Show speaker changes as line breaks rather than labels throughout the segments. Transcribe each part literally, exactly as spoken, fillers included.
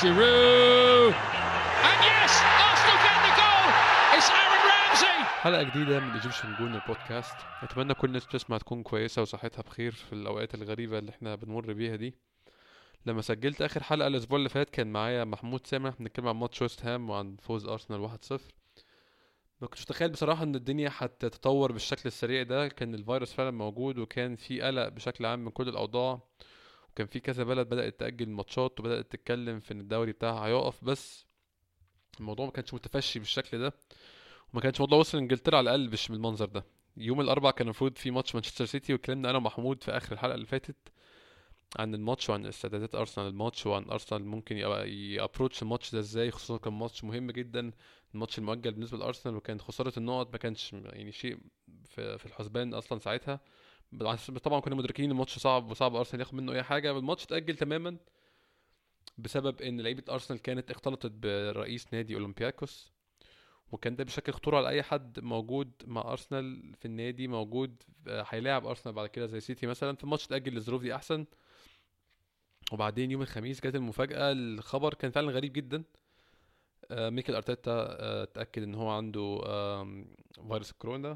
Giroud. And yes, Arsenal get the goal. It's Aaron Ramsey.
حلقة جديدة من ايجيبشن جون البودكاست. اتمنى كل الناس بتسمع تكون كويسة وصحتها بخير في الاوقات الغريبة اللي احنا بنمر بيها دي. لما سجلت اخر حلقة الاسبوع اللي فات كان معايا محمود سامح بنتكلم عن ماتش ويست هام وعن فوز ارسنال واحد صفر. ما كنتش متخيل بصراحة ان الدنيا هتتطور بالشكل السريع ده. كان الفيروس فعلا موجود وكان في قلق بشكل عام من كل الاوضاع، وكان في كذا بلد بدأت تأجل الماتشات وبدأت تتكلم في ان الدوري بتاعها هيقف. بس الموضوع ما كانش متفشي بالشكل ده، وما كانش موضوع وصل انجلترا على الاقل مش بالمنظر ده. يوم الاربعاء كان المفروض في ماتش مانشستر سيتي، واتكلمنا انا ومحمود في اخر الحلقه اللي فاتت عن الماتش وعن استعدادات ارسنال الماتش، وعن ارسنال ممكن يابروتش الماتش ده ازاي، خصوصا كان ماتش مهم جدا، الماتش المؤجل بالنسبه لارسنال، وكانت خساره النقط ما كانش يعني شيء في في الحسبان اصلا ساعتها. طبعا كنا مدركين الماتش صعب وصعب ارسنال ياخد منه اي حاجه. الماتش اتاجل تماما بسبب ان لعيبه ارسنال كانت اختلطت برئيس نادي اولمبياكوس، وكان ده بشكل خطوره على اي حد موجود مع ارسنال في النادي، موجود هيلاعب ارسنال بعد كده زي سيتي مثلا. في الماتش اتاجل للظروف دي احسن. وبعدين يوم الخميس جت المفاجاه، الخبر كان فعلا غريب جدا. آه، ميكل ارتيتا آه، اتاكد ان هو عنده آم، فيروس الكورونا،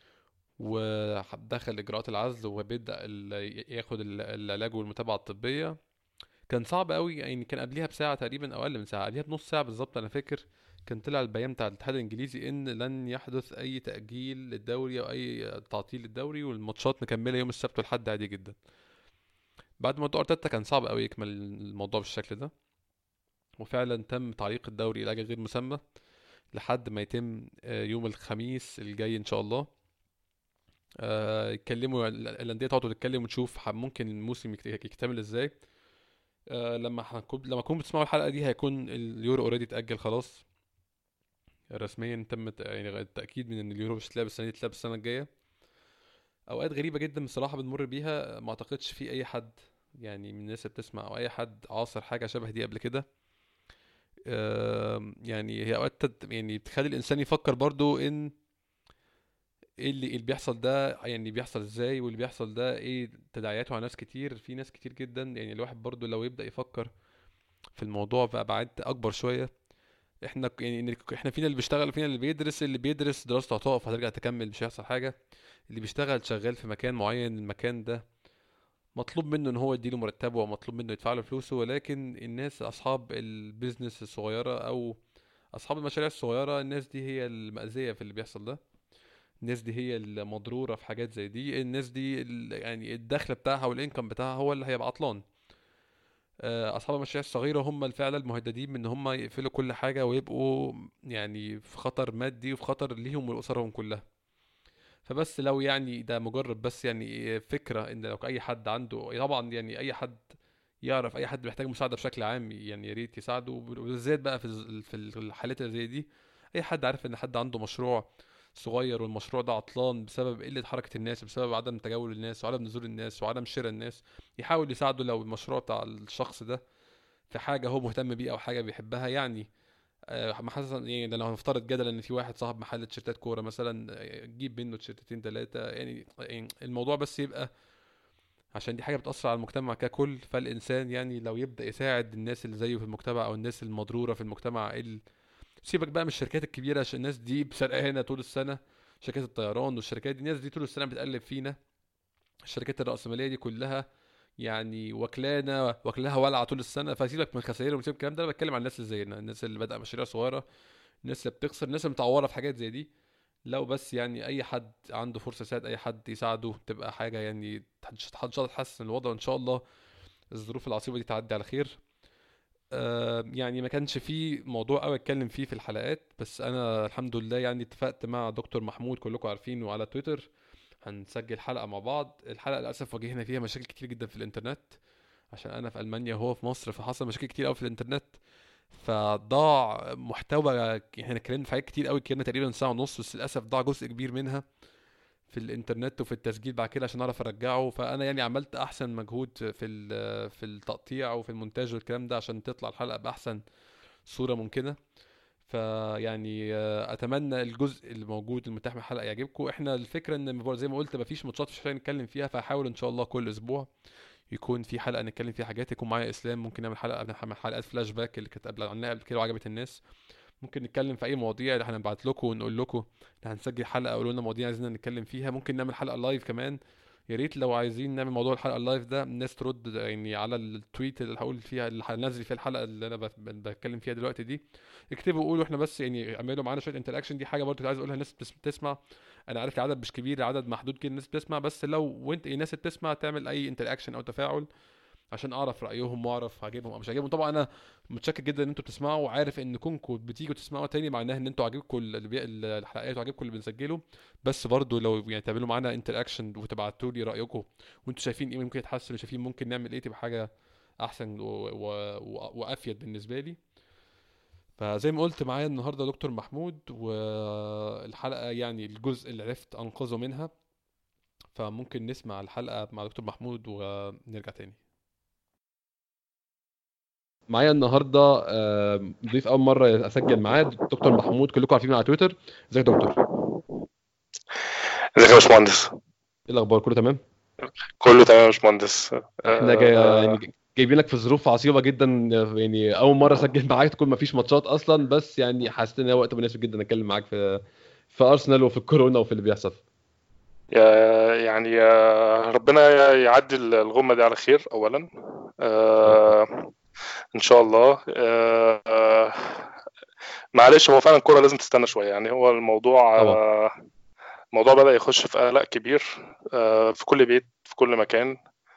ودخل اجراءات العزل وبيبدا ال- ياخد ال- العلاج والمتابعه الطبيه. كان صعب قوي يعني. كان قبليها بساعه تقريبا او اقل من ساعه، قبليها بنص ساعه بالظبط انا فاكر، كان طلع البيان بتاع الاتحاد الانجليزي ان لن يحدث اي تاجيل للدوري او اي تعطيل للدوري، والماتشات مكمله يوم السبت والحد عادي جدا. بعد موضوع ارتيتا كان صعب قوي يكمل الموضوع بالشكل ده، وفعلا تم تعليق الدوري الى اجل غير مسمى لحد ما يتم آه، يوم الخميس الجاي ان شاء الله. آه، يتكلموا الانديه، تقعدوا تتكلم وتشوف ح- ممكن الموسم يكت- يكتمل ازاي. آه، لما هنكون لما تكونوا بتسمعوا الحلقه دي هيكون اليورو اوريدي اتاجل خلاص، رسميا تم الت- يعني التاكيد من ان اليورو مش هتلعب السنه دي، تلعب السنه الجايه. اوقات غريبه جدا بصراحه بنمر بيها، ما اعتقدش في اي حد يعني من الناس اللي بتسمع او اي حد عاصر حاجه شبه دي قبل كده. آم، يعني هي اوقات تد- يعني بتخلي الانسان يفكر برضو ان ايه اللي, إيه اللي بيحصل ده، يعني بيحصل ازاي، واللي بيحصل ده ايه تداعياته على ناس كتير. في ناس كتير جدا يعني الواحد برضو لو يبدأ يفكر في الموضوع بأبعاد اكبر شويه. احنا ك- يعني احنا فينا اللي بيشتغل وفينا اللي بيدرس. اللي بيدرس دراسته هتقف، هترجع تكمل، مش هيحصل حاجه. اللي بيشتغل شغال في مكان معين، المكان ده مطلوب منه ان هو يديله مرتبه ومطلوب منه يدفع له فلوسه. ولكن الناس اصحاب البيزنس الصغيره او اصحاب المشاريع الصغيره، الناس دي هي المأذيه في اللي بيحصل ده. الناس دي هي المضروره في حاجات زي دي. الناس دي ال- يعني الدخل بتاعها والانكم بتاعها هو اللي هيبقى عطلان. آه، اصحاب المشاريع الصغيره هم فعلا المهددين من ان هم يقفلوا كل حاجه ويبقوا يعني في خطر مادي وفي خطر ليهم ولاسرهم كلها. فبس لو يعني ده مجرد بس يعني فكره ان لو اي حد عنده، طبعا يعني اي حد يعرف اي حد محتاج مساعده بشكل عام يعني يا ريت يساعده، وبالذات بقى في الز- في الحالات اللي زي دي. اي حد عارف ان حد عنده مشروع صغير والمشروع ده عطلان بسبب قله حركه الناس، بسبب عدم تجول الناس وعدم نزول الناس وعدم شراء الناس، يحاول يساعده لو المشروع بتاع الشخص ده في حاجه هو مهتم بيها او حاجه بيحبها يعني. آه، محسن يعني لو هنفترض جدلا ان في واحد صاحب محل تيشيرتات كوره مثلا، آه، جيب منه تيشيرتين ثلاثه يعني. يعني الموضوع بس يبقى عشان دي حاجه بتاثر على المجتمع ككل. فالانسان يعني لو يبدا يساعد الناس اللي زيه في المجتمع او الناس المضروره في المجتمع ال... سيبك بقى من الشركات الكبيره عشان الناس دي بسرقانا طول السنه، شركات الطيران والشركات دي، الناس دي طول السنه بتقلب فينا. الشركات الرأسمالية دي كلها يعني وكلانة وكلها ولعة طول السنة. فسيبك من خسائر وسيبك الكلام ده، انا بتكلم عن الناس اللي زينا، الناس اللي بدأ مشاريع صغيرة، الناس اللي بتخسر، الناس اللي متعورة في حاجات زي دي. لو بس يعني اي حد عنده فرصة يساعد اي حد يساعده، تبقى حاجة يعني ان شاء الله تحسن الوضع، وان شاء الله الظروف العصيبة دي تعدي على خير. آه يعني ما كانش فيه موضوع قوي اتكلم فيه في الحلقات، بس انا الحمد لله يعني اتفقت مع دكتور محمود كلكم عارفينه على تويتر هنسجل حلقة مع بعض. الحلقة للأسف واجهنا فيها مشاكل كتير جدا في الإنترنت، عشان أنا في ألمانيا وهو في مصر، فحصل مشاكل كتير أوي في الإنترنت. فضاع محتوى، احنا اتكلمنا في حاجات كتير أوي، كنا تقريبا ساعة ونص، بس للأسف ضاع جزء كبير منها في الإنترنت وفي التسجيل بعد كده عشان أعرف أرجعه. فأنا يعني عملت أحسن مجهود في ال- في التقطيع وفي المونتاج والكلام ده عشان تطلع الحلقة بأحسن صورة ممكنة. فيعني آه، اتمنى الجزء اللي موجود المتاح من الحلقه يعجبكم. احنا الفكره ان زي ما قلت مفيش ماتشات عشان نتكلم فيها، فهحاول ان شاء الله كل اسبوع يكون في حلقه نتكلم فيها حاجات، يكون معايا اسلام، ممكن نعمل حلقه نعمل حلقات فلاش باك اللي كانت قبل عنها قبل كده وعجبت الناس. ممكن نتكلم في اي مواضيع اللي هنبعت لكم ونقول لكم هنسجل حلقه، قولوا لنا مواضيع عايزين نتكلم فيها. ممكن نعمل حلقه لايف كمان، يا ريت لو عايزين نعمل موضوع الحلقه اللايف ده الناس ترد يعني على التويت اللي هقول فيها اللي هنزل فيها الحلقه اللي انا بت- بتكلم فيها دلوقتي دي. اكتبوا قولوا احنا بس يعني اعملوا معانا شويه انتراكشن. دي حاجه برضو عايز اقولها، الناس بتس- بتسمع. انا عارف العدد مش كبير، عدد محدود كده الناس بتسمع، بس لو وانت الناس بتسمع تعمل اي انتراكشن او تفاعل عشان اعرف رايهم واعرف هجيبهم او مش هجيبهم. طبعا انا متشكر جدا ان انتوا بتسمعوا، وعارف ان كونكم بتيجوا تسمعوا تاني معناه ان انتوا عاجبكم ال- البي- ال- الحلقات وعاجبكم اللي بنسجله. بس برضو لو يعني تعملوا معانا انتراكشن وتبعتوا لي رايكم وانتوا شايفين ايه ممكن يتحسن وشايفين ممكن نعمل ايه، تبقى حاجه احسن و... و... و... وافيد بالنسبه لي. فزي ما قلت معايا النهارده دكتور محمود، والحلقه يعني الجزء اللي عرفت انقذه منها، فممكن نسمع الحلقه مع دكتور محمود ونرجع تاني. معايا النهارده آه، ضيف اول مره اسجل معاه دكتور محمود، كلكم عارفينه على تويتر. ازيك يا دكتور؟
ازيك يا باشمهندس؟
ايه الاخبار؟ كله تمام؟
كله تمام يا باشمهندس.
احنا جاي
آه
يعني جايبينك في ظروف عصيبه جدا، يعني اول مره اسجل معاك تكون مفيش ماتشات اصلا، بس يعني حسيت ان هو وقت مناسب جدا اتكلم معاك في في ارسنال وفي الكورونا وفي اللي بيحصل.
يا- يعني يا ربنا يعدي الغمة دي على خير أولا.
ان شاء الله.
آه إن شاء الله. آه آه، معلش، هو فعلا الكورة لازم تستنى شوية. يعني هو الموضوع
طبعا.
آه الموضوع بدأ يخش في قلق كبير آه في كل بيت في كل مكان.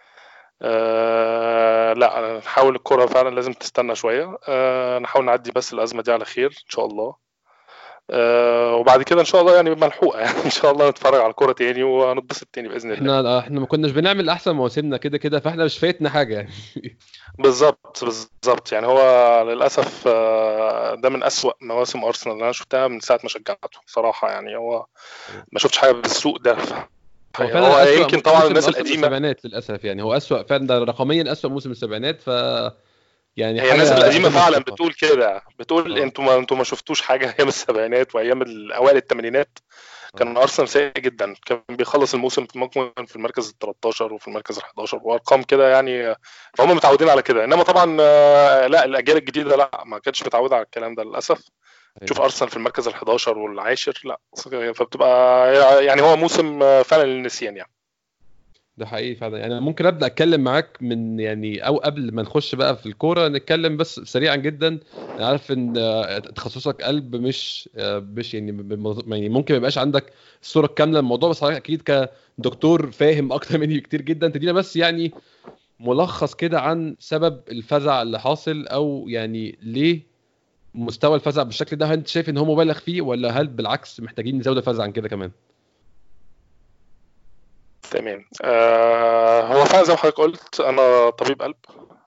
آه لا، نحاول الكورة فعلا لازم تستنى شوية. آه نحاول نعدي بس الأزمة دي على خير إن شاء الله. آه وبعد كده ان شاء الله يعني ملحوقه يعني ان شاء الله نتفرج على الكوره تاني وهنتبسط تاني باذن الله.
احنا احنا ما كناش بنعمل احسن مواسمنا كده كده، فاحنا مش فايتنا حاجه يعني.
بالظبط بالظبط. يعني هو للاسف آه، ده من اسوأ مواسم ارسنال اللي انا شفتها من ساعه ما شجعته صراحه. يعني هو ما شفتش حاجه بالسوء ده.
هو
هو
فعلا اسوأ
يمكن
م-
طبعا
موسم
الناس
ارسنال من
القديمه،
السبعينات للاسف، يعني هو اسوأ فعلا، ده رقميا اسوأ موسم السبعينات. ف يعني
هي الناس
حاجه
القديمه
غير
فعلا
مسبوقه.
بتقول كده، بتقول
اه.
انتوا ما انتوا ما شفتوش حاجه ايام السبعينات وايام اوائل الثمانينات.
اه.
كان ارسنال سيء جدا، كان بيخلص الموسم في ممكن في المركز ال تلتاشر وفي المركز ال حداشر وارقام كده يعني. فهم متعودين على كده، انما طبعا آه، لا، الاجيال الجديده لا، ما كانتش متعوده على الكلام ده للاسف. تشوف
ايوه.
ارسنال في المركز ال حداشر والعاشر، لا. فبتبقى يعني هو موسم آه، فعلا للنسيان يعني.
ده حقيقي فعلا. يعني ممكن ابدا اتكلم معاك من يعني او قبل ما نخش بقى في الكوره نتكلم بس سريعا جدا. انا عارف ان آه، تخصصك قلب، مش آه، مش يعني بم- يعني ممكن ما يبقاش عندك الصوره الكامله للموضوع، بس حضرتك اكيد كدكتور فاهم اكتر مني بكتير جدا. تدينا بس يعني ملخص كده عن سبب الفزع اللي حاصل، او يعني ليه مستوى الفزع بالشكل ده. هل انت شايف ان هو مبالغ فيه، ولا هل بالعكس محتاجين نزود الفزع عن كده كمان؟
تمام. آه هو فعلا زي ما حضرتك قلت انا طبيب قلب،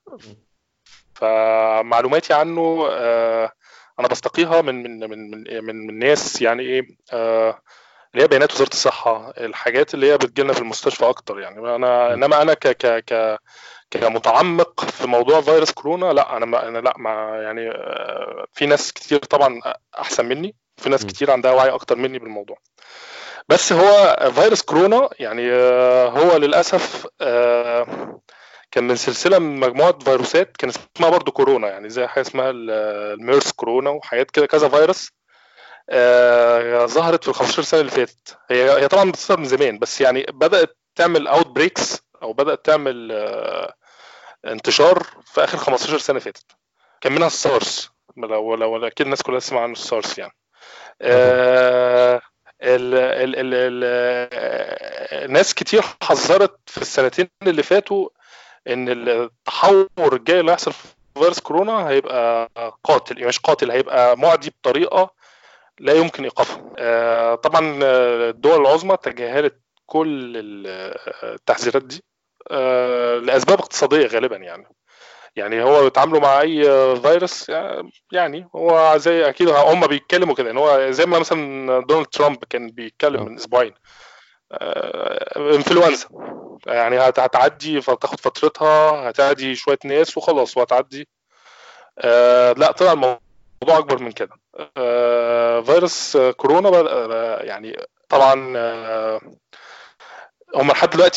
فمعلوماتي عنه آه انا بستقيها من من من من من, من ناس يعني ايه، آه اللي هي بيانات وزاره الصحه، الحاجات اللي هي بتجيلنا في المستشفى اكتر. يعني انا
م.
انما انا ك ك ك كمتعمق في موضوع فيروس كورونا، لا انا ما انا لا ما يعني آه في ناس كتير طبعا احسن مني، في ناس
م.
كتير عندها وعي اكتر مني بالموضوع. بس هو فيروس كورونا يعني آه هو للاسف آه كان من سلسله من مجموعه فيروسات كان اسمها برضو كورونا، يعني زي حاجه اسمها ال- الميرس كورونا وحاجات كده، كذا فيروس آه، ظهرت في ال خمستاشر سنه اللي فاتت. هي هي طبعا بتظهر من زمان، بس يعني بدات تعمل اوت بريكس او بدات تعمل آه، انتشار في اخر خمستاشر سنه فاتت. كان منها السارس، لو لو اكيد الناس كلها تسمع عن السارس يعني.
اه طبعا.
آه، ال ال ال ال آه، ناس كتير حذرت في السنتين اللي فاتوا ان التحور الجاي اللي هيحصل في فيروس كورونا هيبقى قاتل، يعني مش قاتل، هيبقى معدي بطريقه لا يمكن ايقافها. آه، طبعا آه، الدول العظمى تجاهلت كل ال- التحذيرات دي آه، لاسباب اقتصاديه غالبا يعني. يعني هو بيتعاملوا مع اي فيروس، يعني هو زي اكيد هم بيتكلموا كده ان هو زي ما مثلا دونالد ترامب كان بيتكلم
اه.
من اسبوعين. آه، انفلونزا يعني هت- هتعدي فتاخد فترتها، هتعدي شويه ناس وخلاص وهتعدي. آه لا، طلع الموضوع اكبر من كده. آه فيروس آه، كورونا بقى آه، يعني طبعا آه هم لحد دلوقتي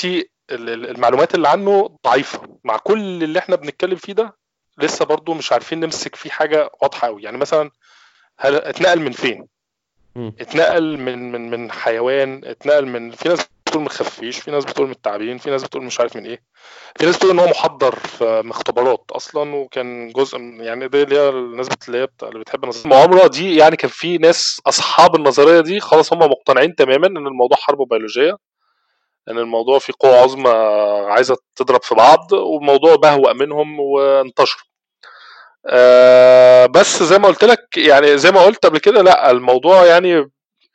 ال- ال- المعلومات اللي عنه ضعيفة. مع كل اللي احنا بنتكلم فيه ده لسه برضو مش عارفين نمسك فيه حاجة واضحة قوي. يعني مثلا هل اتنقل من فين؟
مم.
اتنقل من من من حيوان، اتنقل من، في ناس بتقول من خفيش، في ناس بتقول من التعابين، في ناس بتقول مش عارف من ايه، في ناس بتقول ان هو محضر في مختبرات اصلا وكان جزء من، يعني دي اللي هي الناس بت- اللي هي بت- اللي بتحب نظريه المؤامره دي. يعني كان في ناس اصحاب النظريه دي خلاص هم مقتنعين تماما ان الموضوع حرب بيولوجيه، ان الموضوع في قوة عظمى عايزة تضرب في بعض، والموضوع بهوأ منهم وانتشر. أه بس زي ما قلت لك، يعني زي ما قلت قبل كده، لا الموضوع يعني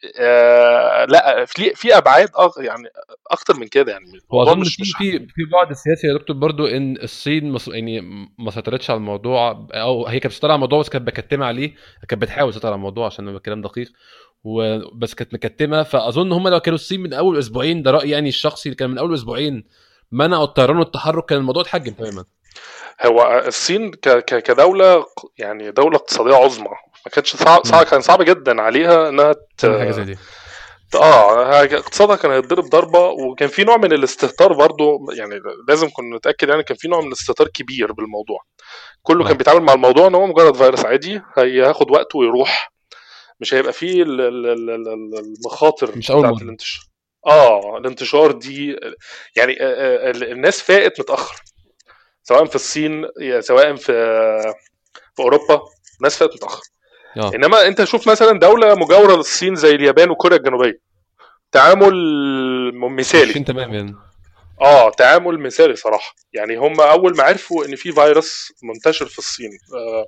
أه لا في في ابعاد أغ يعني اكتر من كده. يعني الموضوع
واظن
مش
في
مش
في في بعد سياسي يا دكتور برضو، ان الصين مس... يعني ما سيطرتش على الموضوع، او هي كانت مسيطره على الموضوع بس كانت مكتمه عليه، كانت بتحاول تسيطر على الموضوع عشان يبقى الكلام دقيق، وبس كانت مكتمه. فاظن هم لو كانوا الصين من اول اسبوعين، ده رايي يعني الشخصي، كان من اول اسبوعين منعوا الطيران والتحرك، كان الموضوع اتحجم تماما.
هو الصين ك ك كدولة، يعني دولة اقتصادية عظمى، ما كانش صعب, صعب
امم
كان صعب جدا عليها انها ت...
تعمل حاجه زي دي.
اه اقتصادها كان هيتضرب ضربه. وكان في نوع من الاستهتار برضو، يعني لازم كنا نتاكد، يعني كان في نوع من الاستهتار كبير بالموضوع. كله كان
اه
بيتعامل مع الموضوع ان هو مجرد فيروس عادي هياخد وقت ويروح، مش هيبقى فيه ال- ال- ال- ال- المخاطر
مش اول
بتاعه
مره.
الانتشار. اه الانتشار دي، يعني آه، آه، الناس فاقت متاخر، سواء في الصين سواء في في اوروبا، الناس فاقت متاخر.
اه
انما انت شوف مثلا دوله مجاوره للصين زي اليابان وكوريا الجنوبيه، تعامل مثالي.
ماشيين تمام يعني.
اه تعامل مثالي صراحه. يعني هم اول ما عرفوا ان في فيروس منتشر في الصين، آه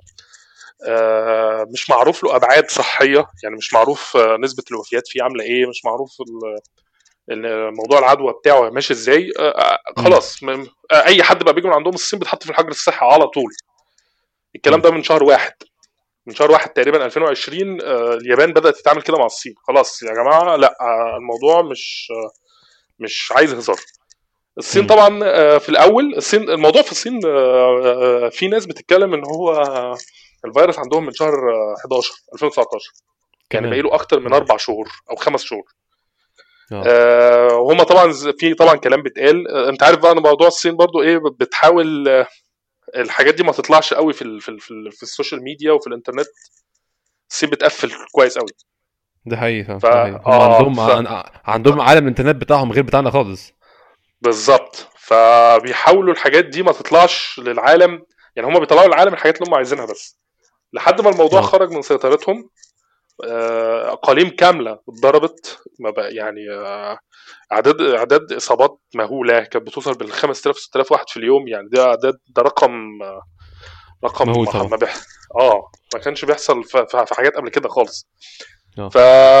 آه مش معروف له ابعاد صحيه، يعني مش معروف آه نسبه الوفيات فيه عامله ايه، مش معروف الموضوع العدوى بتاعه ماشي ازاي. آه آه
امم
خلاص م- آه اي حد بقى بيجي من عندهم الصين بيتحط في الحجر الصحي على طول. الكلام
امم
ده من شهر واحد، من شهر واحد تقريبا ألفين وعشرين. آه اليابان بدات تتعامل كده مع الصين، خلاص يا جماعه لا، آه الموضوع مش آه مش عايز هزار. الصين
امم
طبعا آه، في الاول، الصين الموضوع في الصين آه، آه، في ناس بتتكلم ان هو الفيروس عندهم من شهر آه، حداشر ألفين وتسعتاشر، يعني باقي
كمان.
له اكتر من
اه
اربع شهور او خمس شهور.
اه
آه، وهم طبعا ز- في طبعا كلام بيتقال. آه، انت عارف بقى ان موضوع الصين برضو ايه، بتحاول آه، الحاجات دي ما تطلعش قوي في ال في ال في, ال في السوشيال ميديا وفي الانترنت. الصين بتقفل كويس قوي.
ده حقيقي فاهم، ده
فا
حقيقي. هم
اه
عندهم
ف
ع- عندهم عالم الانترنت بتاعهم غير بتاعنا خالص.
بالظبط، فبيحاولوا الحاجات دي ما تطلعش للعالم. يعني هم بيطلعوا للعالم الحاجات اللي هم عايزينها بس، لحد ما الموضوع
اه
خرج من سيطرتهم. آه، اقاليم كامله اتضربت، ما بقى يعني آه، اعداد اعداد اصابات مهوله كانت بتوصل بال خمسة آلاف ستة آلاف واحد في اليوم. يعني ده اعداد، ده رقم آه، رقم
مهول
ما
طبعا.
ما بيح... اه ما كانش بيحصل ف- ف- في حاجات قبل كده خالص.
اه
ف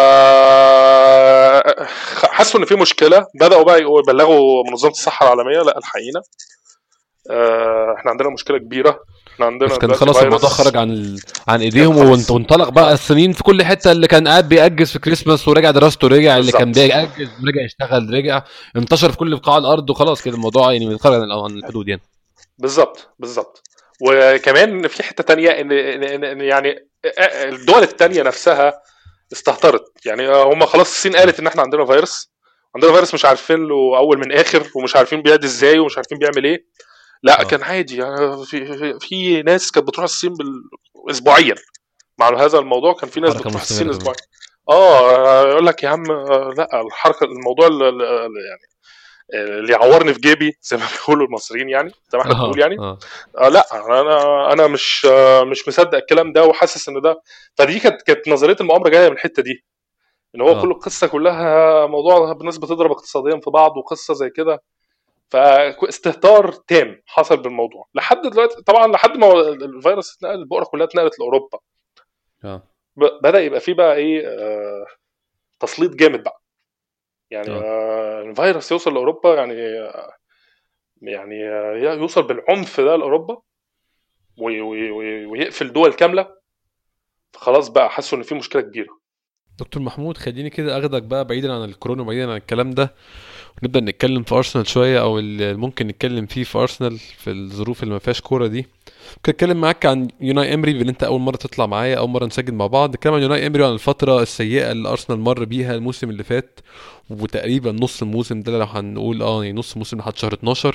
حسوا ان في مشكله، بداوا بقى يبلغوا منظمه الصحه العالميه، لا الحقيقه آه، احنا عندنا مشكله كبيره، احنا عندنا
بس كان
دلوقتي
خلاص الموضوع
فيروس.
خرج عن ال... عن
كان
ايديهم، وانت-
خلاص
وانطلق بقى السنين في كل حته. اللي كان قاعد بيأجز في كريسماس ورجع دراسته رجع، اللي كان
بالظبط
بيأجز ورجع يشتغل رجع، انتشر في كل بقاع الارض، وخلاص كده الموضوع يعني خرج عن عن الحدود يعني.
بالظبط بالظبط. وكمان في حته تانية ان ان إن- إن يعني الدول التانية نفسها استهترت. يعني هم خلاص الصين
م.
قالت ان احنا عندنا فيروس، عندنا فيروس مش عارفين له اول من اخر، ومش عارفين بيعدي ازاي، ومش عارفين بيعمل ايه. لا
اه
كان عادي. يعني في, في, في نابس كانت بتروح الصين بال- اسبوعيا مع هذا الموضوع. كان في ناس
حركه
بتروح
مستمره
الصين
تمام.
اسبوعيا. اه يقول لك يا عم آه، لا الحركه الموضوع ال- ال- ال- يعني اللي يعورني في جيبي زي ما بيقولوا المصريين، يعني زي ما احنا بنقول
اه
يعني.
اه
آه لا انا انا مش آه مش مصدق الكلام ده، وحاسس ان ده. فدي كانت كانت نظريه المؤامره جايه من الحته دي، ان هو كل
اه
القصه كلها موضوع الناس بتضرب اقتصاديا في بعض وقصه زي كده. فاستهتار تام حصل بالموضوع لحد دلوقتي. طبعا لحد ما الفيروس اتنقل، البؤره كلها اتنقلت لاوروبا،
اه
ب- بدا يبقى فيه بقى ايه آه تسليط جامد بقى. يعني
اه
آه الفيروس يوصل لاوروبا، يعني يعني آه يوصل بالعنف ده لاوروبا، وي- وي- وي- ويقفل دول كامله. فخلاص بقى حسوا ان في مشكله كبيره.
دكتور محمود، خليني كده اخدك بقى بعيدا عن الكورونا وبعيدا عن الكلام ده، ونبدا نتكلم في ارسنال شويه، او اللي ممكن نتكلم فيه في ارسنال في الظروف اللي ما فيهاش كوره دي. ممكن اتكلم معاك عن يوناي امري، اللي انت اول مره تطلع معايا، اول مره نسجل مع بعض. نتكلم عن يوناي امري وعن الفتره السيئه اللي ارسنال مر بيها الموسم اللي فات، وتقريبا نص الموسم ده لو هنقول اه يعني نص الموسم لحد شهر اتناشر.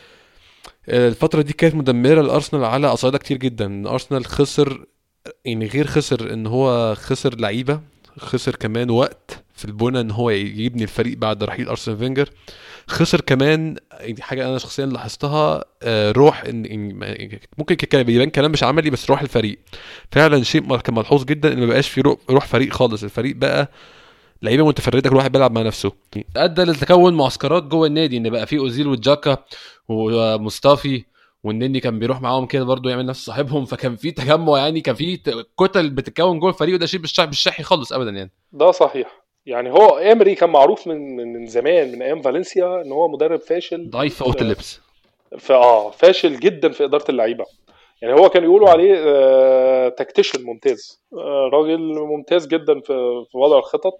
آه، الفتره دي كانت مدمره لارسنال على اصعده كتير جدا. ارسنال خسر، يعني غير خسر ان هو خسر لعيبه، خسر كمان وقت في البنى ان هو يبني الفريق بعد رحيل ارسن فينجر. خسر كمان، دي حاجه انا شخصيا لاحظتها، آه، روح ان إن- ممكن كان يبان كلام مش عملي، بس روح الفريق فعلا شيء مر- كان ملحوظ جدا، ان ما بقاش في روح روح فريق خالص. الفريق بقى لعيبه متفرده، كل واحد بيلعب مع نفسه. ادى لتكون معسكرات جوه النادي، ان بقى في اوزيل وجاكا ومصطفي، والنني كان بيروح معاهم كده برضو يعمل نفسه صاحبهم، فكان في تجمع، يعني كان في ت- كتل بتتكون جوه الفريق، وده شيء مش مش صحي خالص ابدا يعني.
ده صحيح. يعني هو امري كان معروف من من من زمان، من ايام فالنسيا، ان هو مدرب فاشل
ضعيف في اوضه
في,
اللبس.
في اه فاشل جدا في اداره اللعيبه. يعني هو كان يقولوا
اه.
عليه آه تكتيشن ممتاز، آه راجل ممتاز جدا في في وضع الخطط.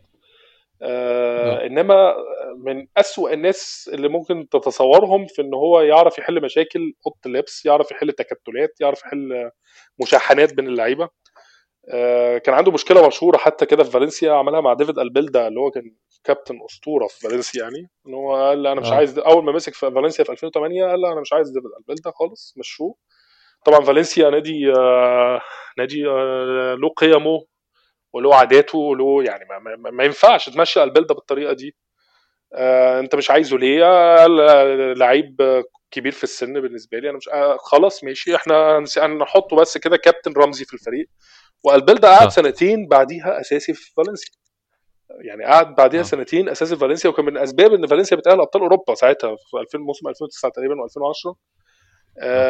اه.
آه انما من أسوأ الناس اللي ممكن تتصورهم في ان هو يعرف يحل مشاكل اوضه اللبس، يعرف يحل تكتلات، يعرف يحل مشاحنات بين اللعيبه. آه، كان عنده مشكله مشهوره حتى كده في فالنسيا، عملها مع ديفيد البيلدا اللي هو كان كابتن اسطوره في فالنسيا. يعني ان هو قال لا انا مش
اه.
عايز، اول ما مسك في فالنسيا في ألفين وثمانية قال لا انا مش عايز ديفيد البيلدا خالص، مشوه. طبعا فالنسيا نادي آه، نادي آه، له قيمه وله عاداته وله، يعني ما, ما, ما ينفعش تمشي البيلدا بالطريقه دي. آه، انت مش عايزه ليه؟ قال آه، لعيب آه، كبير في السن بالنسبه لي، انا مش آه خلاص ماشي، احنا هنس- هنحطه بس كده كابتن رمزي في الفريق. والبيلدا قعد
اه.
سنتين بعديها اساسي في فالنسيا. يعني قعد بعديها
اه.
سنتين اساسي في فالنسيا، وكان من اسباب ان فالنسيا بتأهل ابطال اوروبا ساعتها في ألفين، موسم ألفين وتسعة تقريبا و2010.
اه.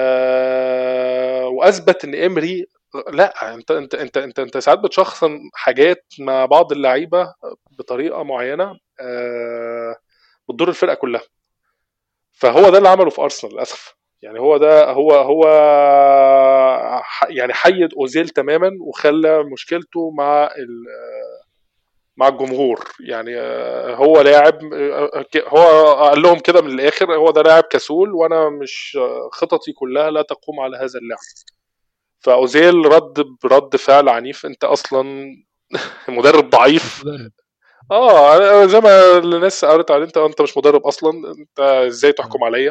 آه واثبت ان امري لا، انت انت انت انت انت ساعات بتشخصن حاجات مع بعض اللعيبه بطريقه معينه آه بتضر الفرقه كلها. فهو ده اللي عمله في ارسنال للاسف. يعني هو ده هو هو ح- يعني حيد اوزيل تماما، وخلى مشكلته مع ال مع الجمهور. يعني آه، هو لاعب آه، ك- هو قال لهم كده من الاخر، هو ده لاعب كسول، وانا مش آه، خططي كلها لا تقوم على هذا اللاعب. فاوزيل رد برد فعل عنيف، انت اصلا مدرب
مش
ضعيف.
مدرب.
اه زي ما الناس قالت عليه، انت انت مش مدرب اصلا، انت ازاي
اه.
تحكم عليا؟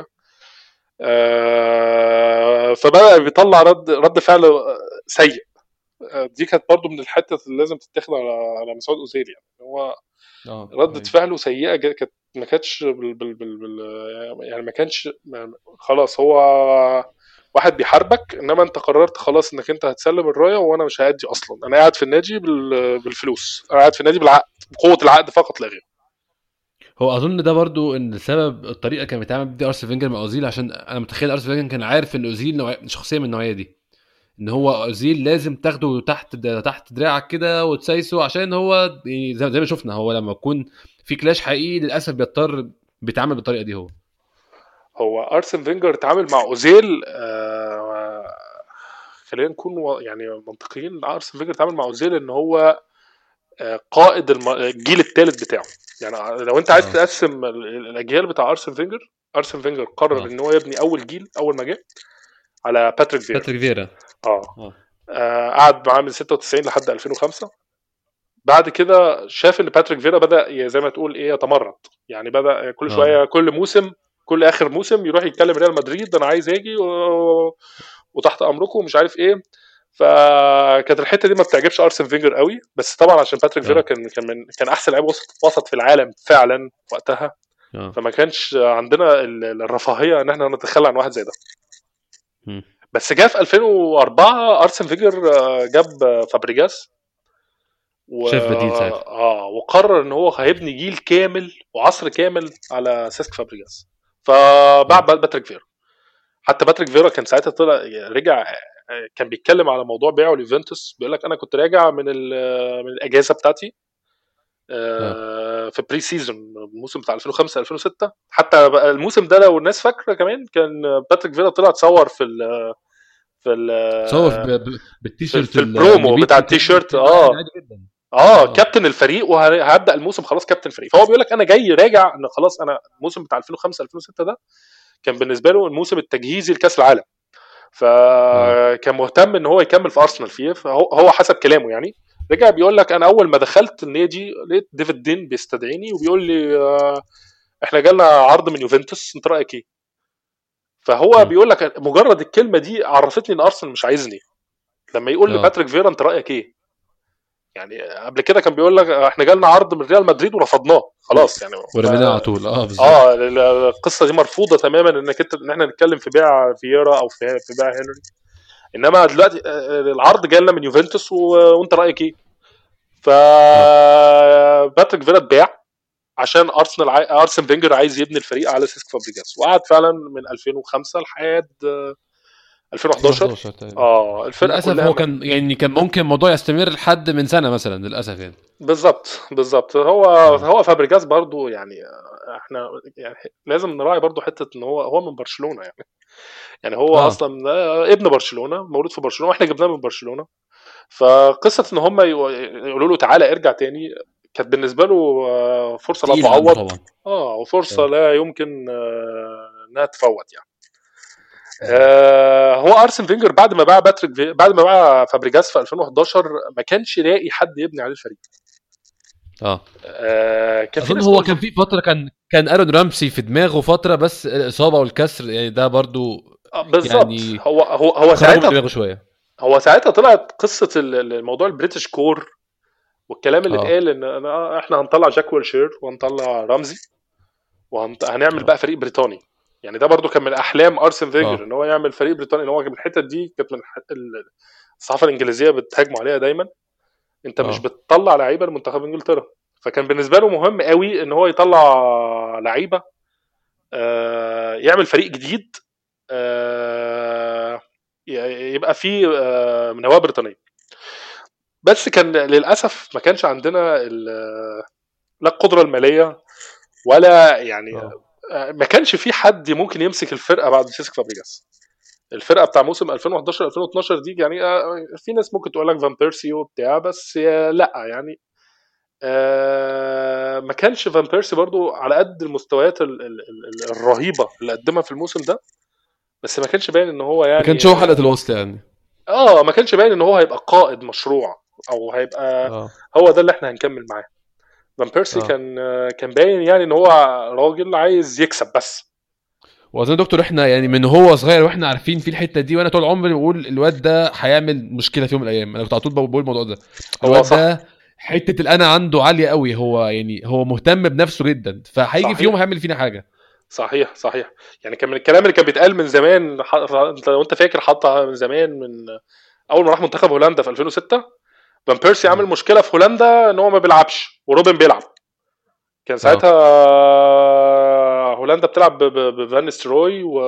آه فبدأ بيطلع رد رد فعل سيء. آه، دي كانت برضو من الحته اللي لازم تتاخد على على مسعود اوزيل. يعني هو
اه.
ردة
ايوه.
فعله سيئة، جا- كانت ما كانتش بال بال بال بال يعني ما كانش ما- خلاص هو واحد بيحاربك، انما انت قررت خلاص انك انت هتسلم الرايه، وانا مش هادي اصلا، انا قاعد في النادي بال بالفلوس، انا قاعد في النادي بالعقد، بقوه العقد فقط لا غير.
هو اظن ده برضو ان سبب الطريقه كان بيتعامل بيه ارسن فينجر مع اوزيل، عشان انا متخيل ارسن فينجر كان عارف ان اوزيل نوع... شخصيه من النوعيه دي، ان هو اوزيل لازم تاخده تحت د- تحت دراعك كده وتسايسه، عشان هو يعني زي زي ما شفنا، هو لما يكون في كلاش حقيقي للاسف بيضطر بيتعامل بالطريقه دي هو.
هو ارسن فينجر اتعامل مع اوزيل آه خلينا نكون و- يعني منطقيين. ارسن فينجر اتعامل مع اوزيل ان هو آه، قائد الم- الجيل الثالث بتاعه. يعني لو انت عايز
اه.
تقسم ال- الاجيال بتاع ارسن فينجر، ارسن فينجر قرر
اه.
ان هو يبني اول جيل اول ما جه على باتريك فيرا.
باتريك فيرا.
اه
اه.
آه، قعد معاه من ستة وتسعين لحد ألفين وخمسة. بعد كده شاف ان باتريك فيرا بدا ي- زي ما تقول ايه يتمرد. يعني بدا كل
اه.
شويه، كل موسم، كل اخر موسم يروح يتكلم ريال مدريد انا عايز اجي و... وتحت امركم ومش عارف ايه. فكانت الحته دي ما بتعجبش ارسن فينجر قوي، بس طبعا عشان باتريك فيرا
اه.
كان كان من كان احسن لاعب وسط وسط في العالم فعلا وقتها.
اه.
فما كانش عندنا ال- الرفاهيه ان احنا نتخلى عن واحد زي ده.
مم.
بس جه في ألفين وأربعة ارسن فينجر آه، جاب آه، فابريجاس و...
شاف بديل ساعتها.
اه وقرر ان هو هيبني جيل كامل وعصر كامل على سيسك فابريجاس. فباع
اه.
باتريك فيرا. حتى باتريك فيرا كان ساعتها طلع رجع، كان بيتكلم على موضوع بيعه ليوفنتوس، بيقول لك انا كنت راجع من من الاجازه بتاعتي
اه.
آه، في بري سيزون الموسم بتاع ألفين وخمسة ألفين وستة. حتى بقى الموسم ده لو الناس فاكره كمان كان باتريك فيرا طلع تصور في ال في ال
صور ب- ب-
في,
بالتيشيرت
في
ال-
البرومو
النبيتي
بتاع
بتاعه
التيشيرت.
وبتاع، عادي
اه
عادي جدا.
اه
اه
كابتن الفريق وهبدا الموسم خلاص كابتن الفريق. فهو بيقول لك انا جاي راجع ان خلاص انا الموسم بتاع ألفين وخمسة ألفين وستة ده كان بالنسبه له الموسم التجهيزي لكاس العالم،
اه
فكان مهتم ان هو يكمل في ارسنال فيه. فهو هو حسب كلامه يعني رجع بيقول لك انا اول ما دخلت النادي لقيت ديفيد دين بيستدعيني وبيقول لي آه، احنا جالنا عرض من يوفنتوس انت رايك ايه. فهو
مم.
بيقول لك مجرد الكلمه دي عرفتني ان ارسنال مش عايزني. لما يقول
اه
لباتريك فيرا انت رايك ايه، يعني قبل كده كان بيقول لك احنا جالنا عرض من ريال مدريد ورفضناه خلاص يعني.
ورميناها على طول. اه
اه
بالظبط.
القصه دي مرفوضه تماما انك انت ان احنا نتكلم في بيع فييرا او في في بيع هنري. انما دلوقتي آه، العرض جاي لنا من يوفنتوس و... وانت رايك ايه. ف
اه
باتريك فيرا اتباع عشان ارسنال عاي... ارسن فينجر عايز يبني الفريق على سيسك فابريجاس، وقعد فعلا من ألفين وخمسة لحد آه، ألفين وحداشر.
ألفين وحداشر تقريبا.
اه الفرقه
للاسف
كلها
هو
م...
كان يعني كان ممكن الموضوع يستمر لحد من سنه مثلا، للاسف يعني.
بالظبط بالظبط. هو
اه
هو فابريجاس برضو يعني آه، احنا يعني لازم نراعي برضو حته ان هو هو من برشلونه يعني. يعني هو
اه
اصلا آه، ابن برشلونه مولود في برشلونه واحنا جبناه من برشلونه. فقصه ان هم يقولوا له تعالى ارجع تاني كانت بالنسبه له آه، فرصه لا
تقيل عنده
تعوض.
طبعا.
اه وفرصه
اه
لا يمكن آه، انها تفوت يعني.
مم.
آه هو ارسن فينجر بعد ما باع باتريك في... بعد ما باع فابريجاس في ألفين وحداشر ما كانش لاقي حد يبني عليه الفريق.
اه
آه كان في
اظن
ناس
هو
تقول
كان في فتره كان كان ارون رامسي في دماغه فتره، بس الاصابه والكسر يعني ده برضو
آه بالظبط.
يعني
هو هو هو
خرجوا من
ساعتها
دماغه شويه.
هو ساعتها طلعت قصه ال- الموضوع البريتش كور والكلام اللي
اه
اتقال ان أنا احنا هنطلع جاك ويلشير وهنطلع رمزي وهنعمل
اه
بقى فريق بريطاني. يعني ده برضو كان من احلام ارسن فينجر
اه
ان هو يعمل فريق بريطاني. ان هو من الحته دي كانت من الح- ال- الصحافه الانجليزيه بتهاجموا عليها دايما. انت مش
اه
بتطلع لعيبه لمنتخب انجلترا. فكان بالنسبه له مهم قوي ان هو يطلع لعيبه آه، يعمل فريق جديد آه، ي- يبقى فيه آه، من هواه بريطانيه. بس كان للاسف ما كانش عندنا ال- لا القدره الماليه ولا يعني
اه
آه، ما كانش في حد ممكن يمسك الفرقه بعد سيسك فابريجاس. الفرقه بتاع موسم ألفين وحداشر ألفين واتناشر دي يعني آه، في ناس ممكن تقول لك فان بيرسي وبتاع بس آه، لا يعني آه، ما كانش فان بيرسي برضو على قد المستويات ال- ال- ال- الرهيبه اللي قدمها في الموسم ده. بس ما كانش باين ان هو
ما
يعني
كانش هو حلقه الوصل يعني.
اه ما كانش باين ان هو هيبقى قائد مشروع او هيبقى
اه
هو ده اللي احنا هنكمل معاه. فان بيرسي
اه
كان آه، كان باين يعني ان هو راجل عايز يكسب بس.
واظن دكتور احنا يعني من هو صغير واحنا عارفين في الحته دي، وانا طول عمري بقول الواد ده هيعمل مشكله في يوم من الايام. انا كنت على طول بقول الموضوع ده.
هو
الواد
صح.
ده حته الانا عنده عاليه قوي، هو يعني هو مهتم بنفسه جدا، فهيجي في يوم
صحيح
هيعمل فينا حاجه.
صحيح صحيح. يعني كان من الكلام اللي كان بيتقال من زمان ح- انت لو انت فاكر حتى من زمان من اول ما راح منتخب هولندا في ألفين وستة فان بيرسي عامل
مم.
مشكله في هولندا ان هو ما بيلعبش وروبن بيلعب. كان
اه
ساعتها هولندا بتلعب ب- ب- بفان ستروي و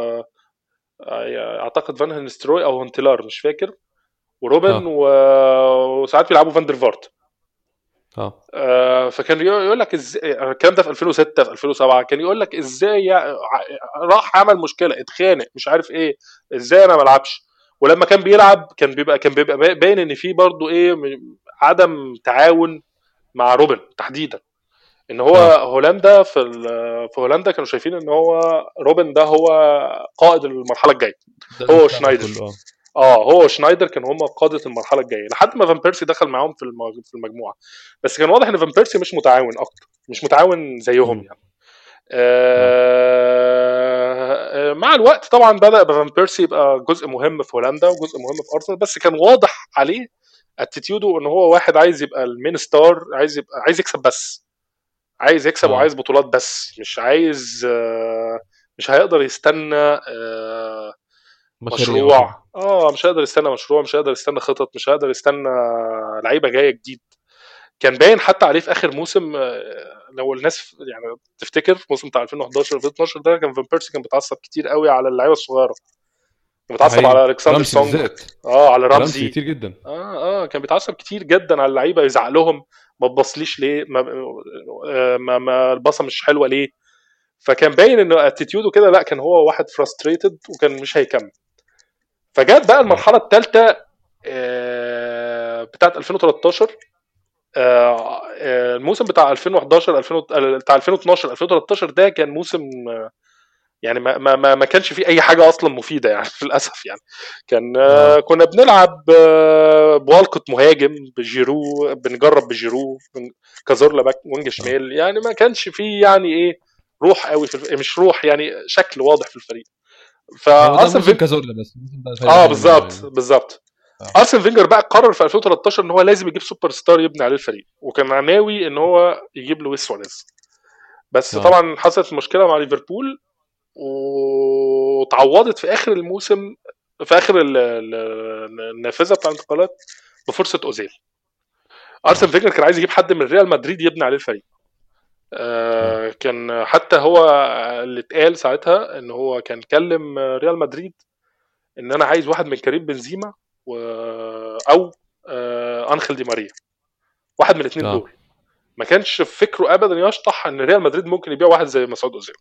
اعتقد فان ستروي او هونتيلار مش فاكر وروبن
اه
و- وساعات بيلعبوا فاندر فارت.
اه
آه، فكان يقول لك ازاي الكلام ده في ألفين وستة في ألفين وسبعة كان يقول لك ازاي يع- راح عمل مشكله اتخانق مش عارف ايه ازاي انا ما العبش. ولما كان بيلعب كان بيبقى كان بيبقى باين ان في برضو ايه م- عدم تعاون مع روبن تحديدا. ان هو
اه
هولندا في ال- في هولندا كانوا شايفين ان هو روبن ده هو قائد المرحله الجايه.
ده
هو
المستقبل
شنايدر.
كله. اه
اه هو شنايدر كان هم قاده المرحله الجايه لحد ما فان بيرسي دخل معاهم في المج- في المجموعه. بس كان واضح ان فان بيرسي مش متعاون اكتر مش متعاون زيهم
مم.
يعني.
اه
آه آه، مع الوقت طبعا بدا فان بيرسي يبقى جزء مهم في هولندا وجزء مهم في ارسنال. بس كان واضح عليه اتيتيودو ان هو واحد عايز يبقى المين ستار عايز يبقى عايز يكسب بس. عايز يكسب
اه
وعايز بطولات بس مش عايز آه مش هيقدر يستنى آه
مشاريع وكده.
مشروع. اه مش هيقدر يستنى مشروع مش هيقدر يستنى خطط مش هيقدر يستنى لعيبه جايه جديد. كان باين حتى عليه في اخر موسم آه، لو الناس يعني تفتكر في موسم بتاع ألفين وحداشر ألفين واتناشر ده كان فان بيرسي كان بيتعصب كتير قوي على اللعيبه الصغيره. كان
ده
بيتعصب على
حقيقي،
الكسندر
رمسي
سونج.
بالذات.
اه على
رمسي
رمزي.
كتير جدا.
اه اه كان بيتعصب كتير جدا على اللعيبه يزعق لهم ما تبصليش ليه ما آه، ما, ما البصه مش حلوه ليه. فكان باين انه اتيتيودو كده لا كان هو واحد فرستريتد وكان مش هيكمل. فجات بقى
اه
المرحله الثالثه بتاعت ألفين وتلتاشر آه، آه، الموسم بتاع ألفين وحداشر ألفين بتاع ألفين واتناشر ألفين وتلتاشر ده كان موسم آه، يعني ما ما ما ما كانش فيه اي حاجه اصلا مفيده يعني للاسف يعني. كان آه،
اه
كنا بنلعب آه، بوالكوت مهاجم بجيرو، بنجرب بجيرو بن- كازورلا باك وينج
اه
شمال، يعني ما كانش فيه يعني ايه روح قوي في الف... مش روح يعني شكل واضح في الفريق.
هو ده
فارسن
موسم
فينجر
كازورلا، بس الموسم ده فريق
اه
حلو منه
بالظبط
يعني.
بالظبط.
اه
ارسن فينجر بقى قرر في ألفين وتلتاشر ان هو لازم يجيب سوبر ستار يبني عليه الفريق، وكان ناوي ان هو يجيب لويس سواريز. بس
اه
طبعا حصلت مشكله مع ليفربول، وتعوضت في اخر الموسم، في اخر ال- ال- النافذه بتاع الانتقالات بفرصه اوزيل. ارسن
اه
فينجر كان عايز يجيب حد من ريال مدريد يبني عليه الفريق.
اه
آه، كان حتى هو اللي اتقال ساعتها ان هو كان كلم ريال مدريد ان انا عايز واحد من كريم بنزيما و... او آه، انخيل دي ماريا، واحد من الاثنين
اه
دول. ما كانش في فكره ابدا يشطح ان ريال مدريد ممكن يبيع واحد زي مسعود اوزيل.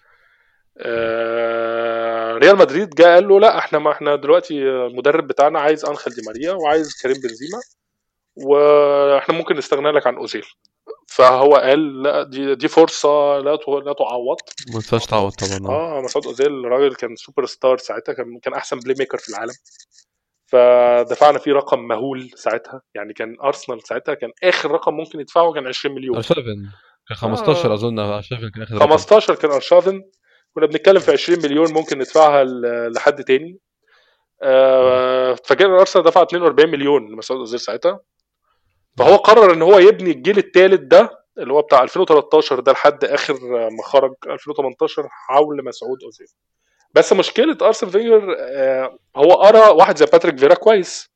اه
آه، ريال مدريد جاء قال له لا، احنا ما احنا دلوقتي المدرب بتاعنا عايز انخيل دي ماريا وعايز كريم بنزيما، واحنا ممكن نستغنى لك عن اوزيل. فهو قال لا، دي دي فرصه لا ت- لا تعوض.
ما ينفعش تعوض طبعا. اه
اه مسعود اوزيل راجل كان سوبر ستار ساعتها، كان كان احسن بلاي ميكر في العالم. فدفعنا فيه رقم مهول ساعتها، يعني كان ارسنال ساعتها كان اخر رقم ممكن يدفعه كان عشرين مليون.
ارشافن كان خمستاشر
اه
اظن، ارشافن كان اخر رقم.
خمستاشر كان ارشافن. كنا بنتكلم في عشرين مليون ممكن ندفعها ل- لحد تاني.
اه
آه، فاكر ارسنال دفع اتنين واربعين مليون لمسعود اوزيل ساعتها. فهو
اه
قرر ان هو يبني الجيل الثالث ده اللي هو بتاع ألفين وتلتاشر ده لحد اخر ما خرج ألفين وتمنتاشر حول مسعود اوزيل. بس مشكله ارسن فينجر آه، هو قرا واحد زي باتريك فيرا كويس،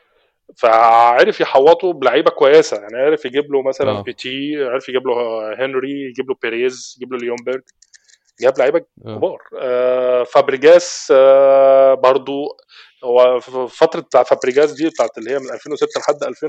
فعرف يحوطه بلعيبه كويسه، يعني عرف يجيب له مثلا
اه
بيتي، عرف يجيب له هنري، يجيب له بيريز، يجيب له ليونبرج، جاب لعيبه
اه
كبار. آه، فابريجاس آه، برضو. هو في فتره بتاع فابريجاس دي بتاعت اللي هي من ألفين وستة لحد ألفين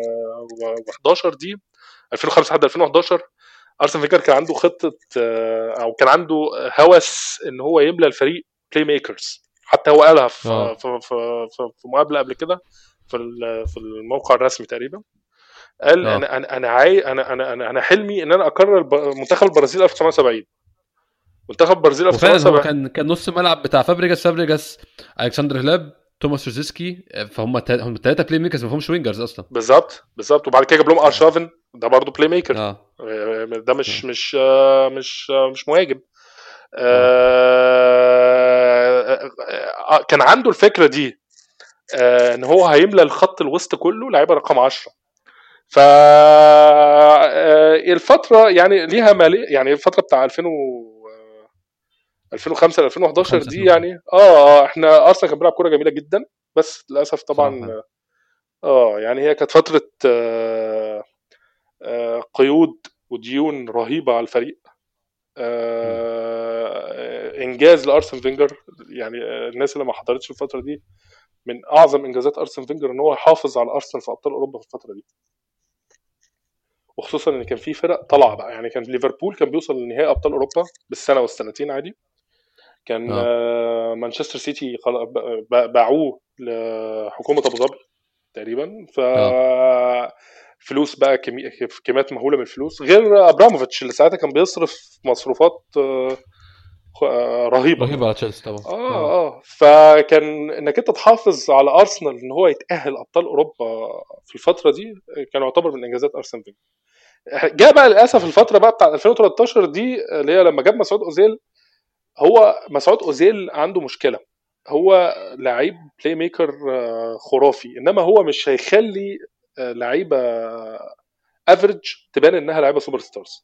وحداشر دي، ألفين وخمسة لحد ألفين وحداشر، ارسن فينجر كان عنده خطه آه، او كان عنده هوس ان هو يملى الفريق بلاي ميكرز. حتى هو قالها في
اه
في في, في, في مقابله قبل كده في ال- في الموقع الرسمي تقريبا. قال
اه
انا انا انا عاي انا انا انا انا حلمي ان انا اكرر الب- منتخب البرازيل ألف وتسعمية وسبعين. منتخب البرازيل
وفعلا هو
ألف وتسعمية وسبعين.
كان كان نص ملعب بتاع فابريجاس فابريجاس الكسندر هلاب توماس روزيسكي، فهم تا- هم ثلاثه بلاي ميكرز، ما فيهمش وينجرز اصلا.
بالظبط بالظبط. وبعد كده جاب لهم
اه
ارشافن، ده برضه بلاي ميكر.
اه
آه، ده مش
اه
مش آه، مش آه، مش مهاجم.
اه
آه، آه، كان عنده الفكره دي، آه، ان هو هيملى الخط الوسط كله لعيبه رقم عشرة. ف آه، الفتره يعني ليها مالي، يعني الفتره بتاع ألفين و ألفين وخمسة ل ألفين وحداشر
خمسة
دي
اتنين
يعني اه آه، احنا ارسنال كان بيلعب كوره جميله جدا، بس للاسف
صراحه يعني.
طبعا اه يعني هي كانت فتره آه آه قيود وديون رهيبه على الفريق.
مم.
آه انجاز لارسن فينجر، يعني آه، الناس اللي ما حضرتش الفتره دي، من اعظم انجازات ارسن فينجر ان هو يحافظ على ارسنال في ابطال اوروبا في الفتره دي. وخصوصا ان كان في فرق طالعه بقى، يعني كان ليفربول كان بيوصل لنهائي ابطال اوروبا بالسنه والسنتين عادي. كان
اه
آه، مانشستر سيتي خل- ب- ب- باعوه لحكومه ابو ظبي تقريبا. ف
اه
فلوس بقى، كمي- كميات مهوله من الفلوس، غير ابراموفيتش اللي ساعتها كان بيصرف مصروفات آه، خ- آه، رهيبه.
رهيب على تشيلسي طبعا. اه
اه اه فكان انك انت تحافظ على ارسنال ان هو يتاهل ابطال اوروبا في الفتره دي كان يعتبر من انجازات ارسنال فينجر. جاء بقى للاسف
اه
الفتره بقى بتاع ألفين وتلتاشر دي اللي هي لما جاب مسعود اوزيل. هو مسعود اوزيل عنده مشكله، هو لعيب بلاي ميكر آه، خرافي، انما هو مش هيخلي آه، لعيبه افريج تبان انها لعيبه سوبر ستارز.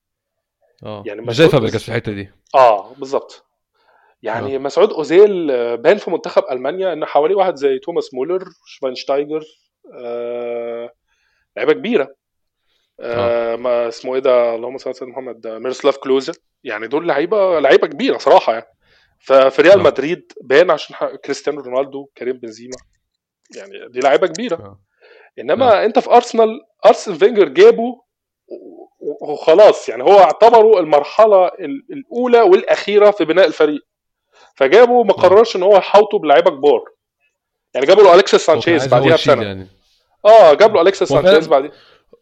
اه
يعني
مش زي
مسعود
فابريجاس
أوز...
في الحته دي.
اه بالظبط.
اه
يعني مسعود اوزيل آه، بان في منتخب المانيا ان حواليه واحد زي توماس مولر، شفاينشتايجر، آه، لعيبه كبيره.
اه
آه، ما اسمه ايه ده، اللهم صل على سيدنا محمد، آه، ميرسلاف كلوزا. يعني دول لعيبه لعيبه كبيره صراحه يعني. ففي ريال
اه
مدريد بان عشان ح- كريستيانو رونالدو، كريم بنزيما، يعني دي لعيبه كبيره.
اه اه
انما انت في ارسنال، ارسن فينجر جابه و- و- وخلاص، يعني هو اعتبره المرحله ال- الاولى والاخيره في بناء الفريق. فجابه ما
اه
قررش ان هو يحاوطه بلعيبه كبار. يعني جابوا له اليكسيس
هو كان
سانشيز
عايز هو
بعديها
يشيل
بسنه.
يعني.
اه جاب له اليكسيس
هو
سانشيز
فعلا
بعدين.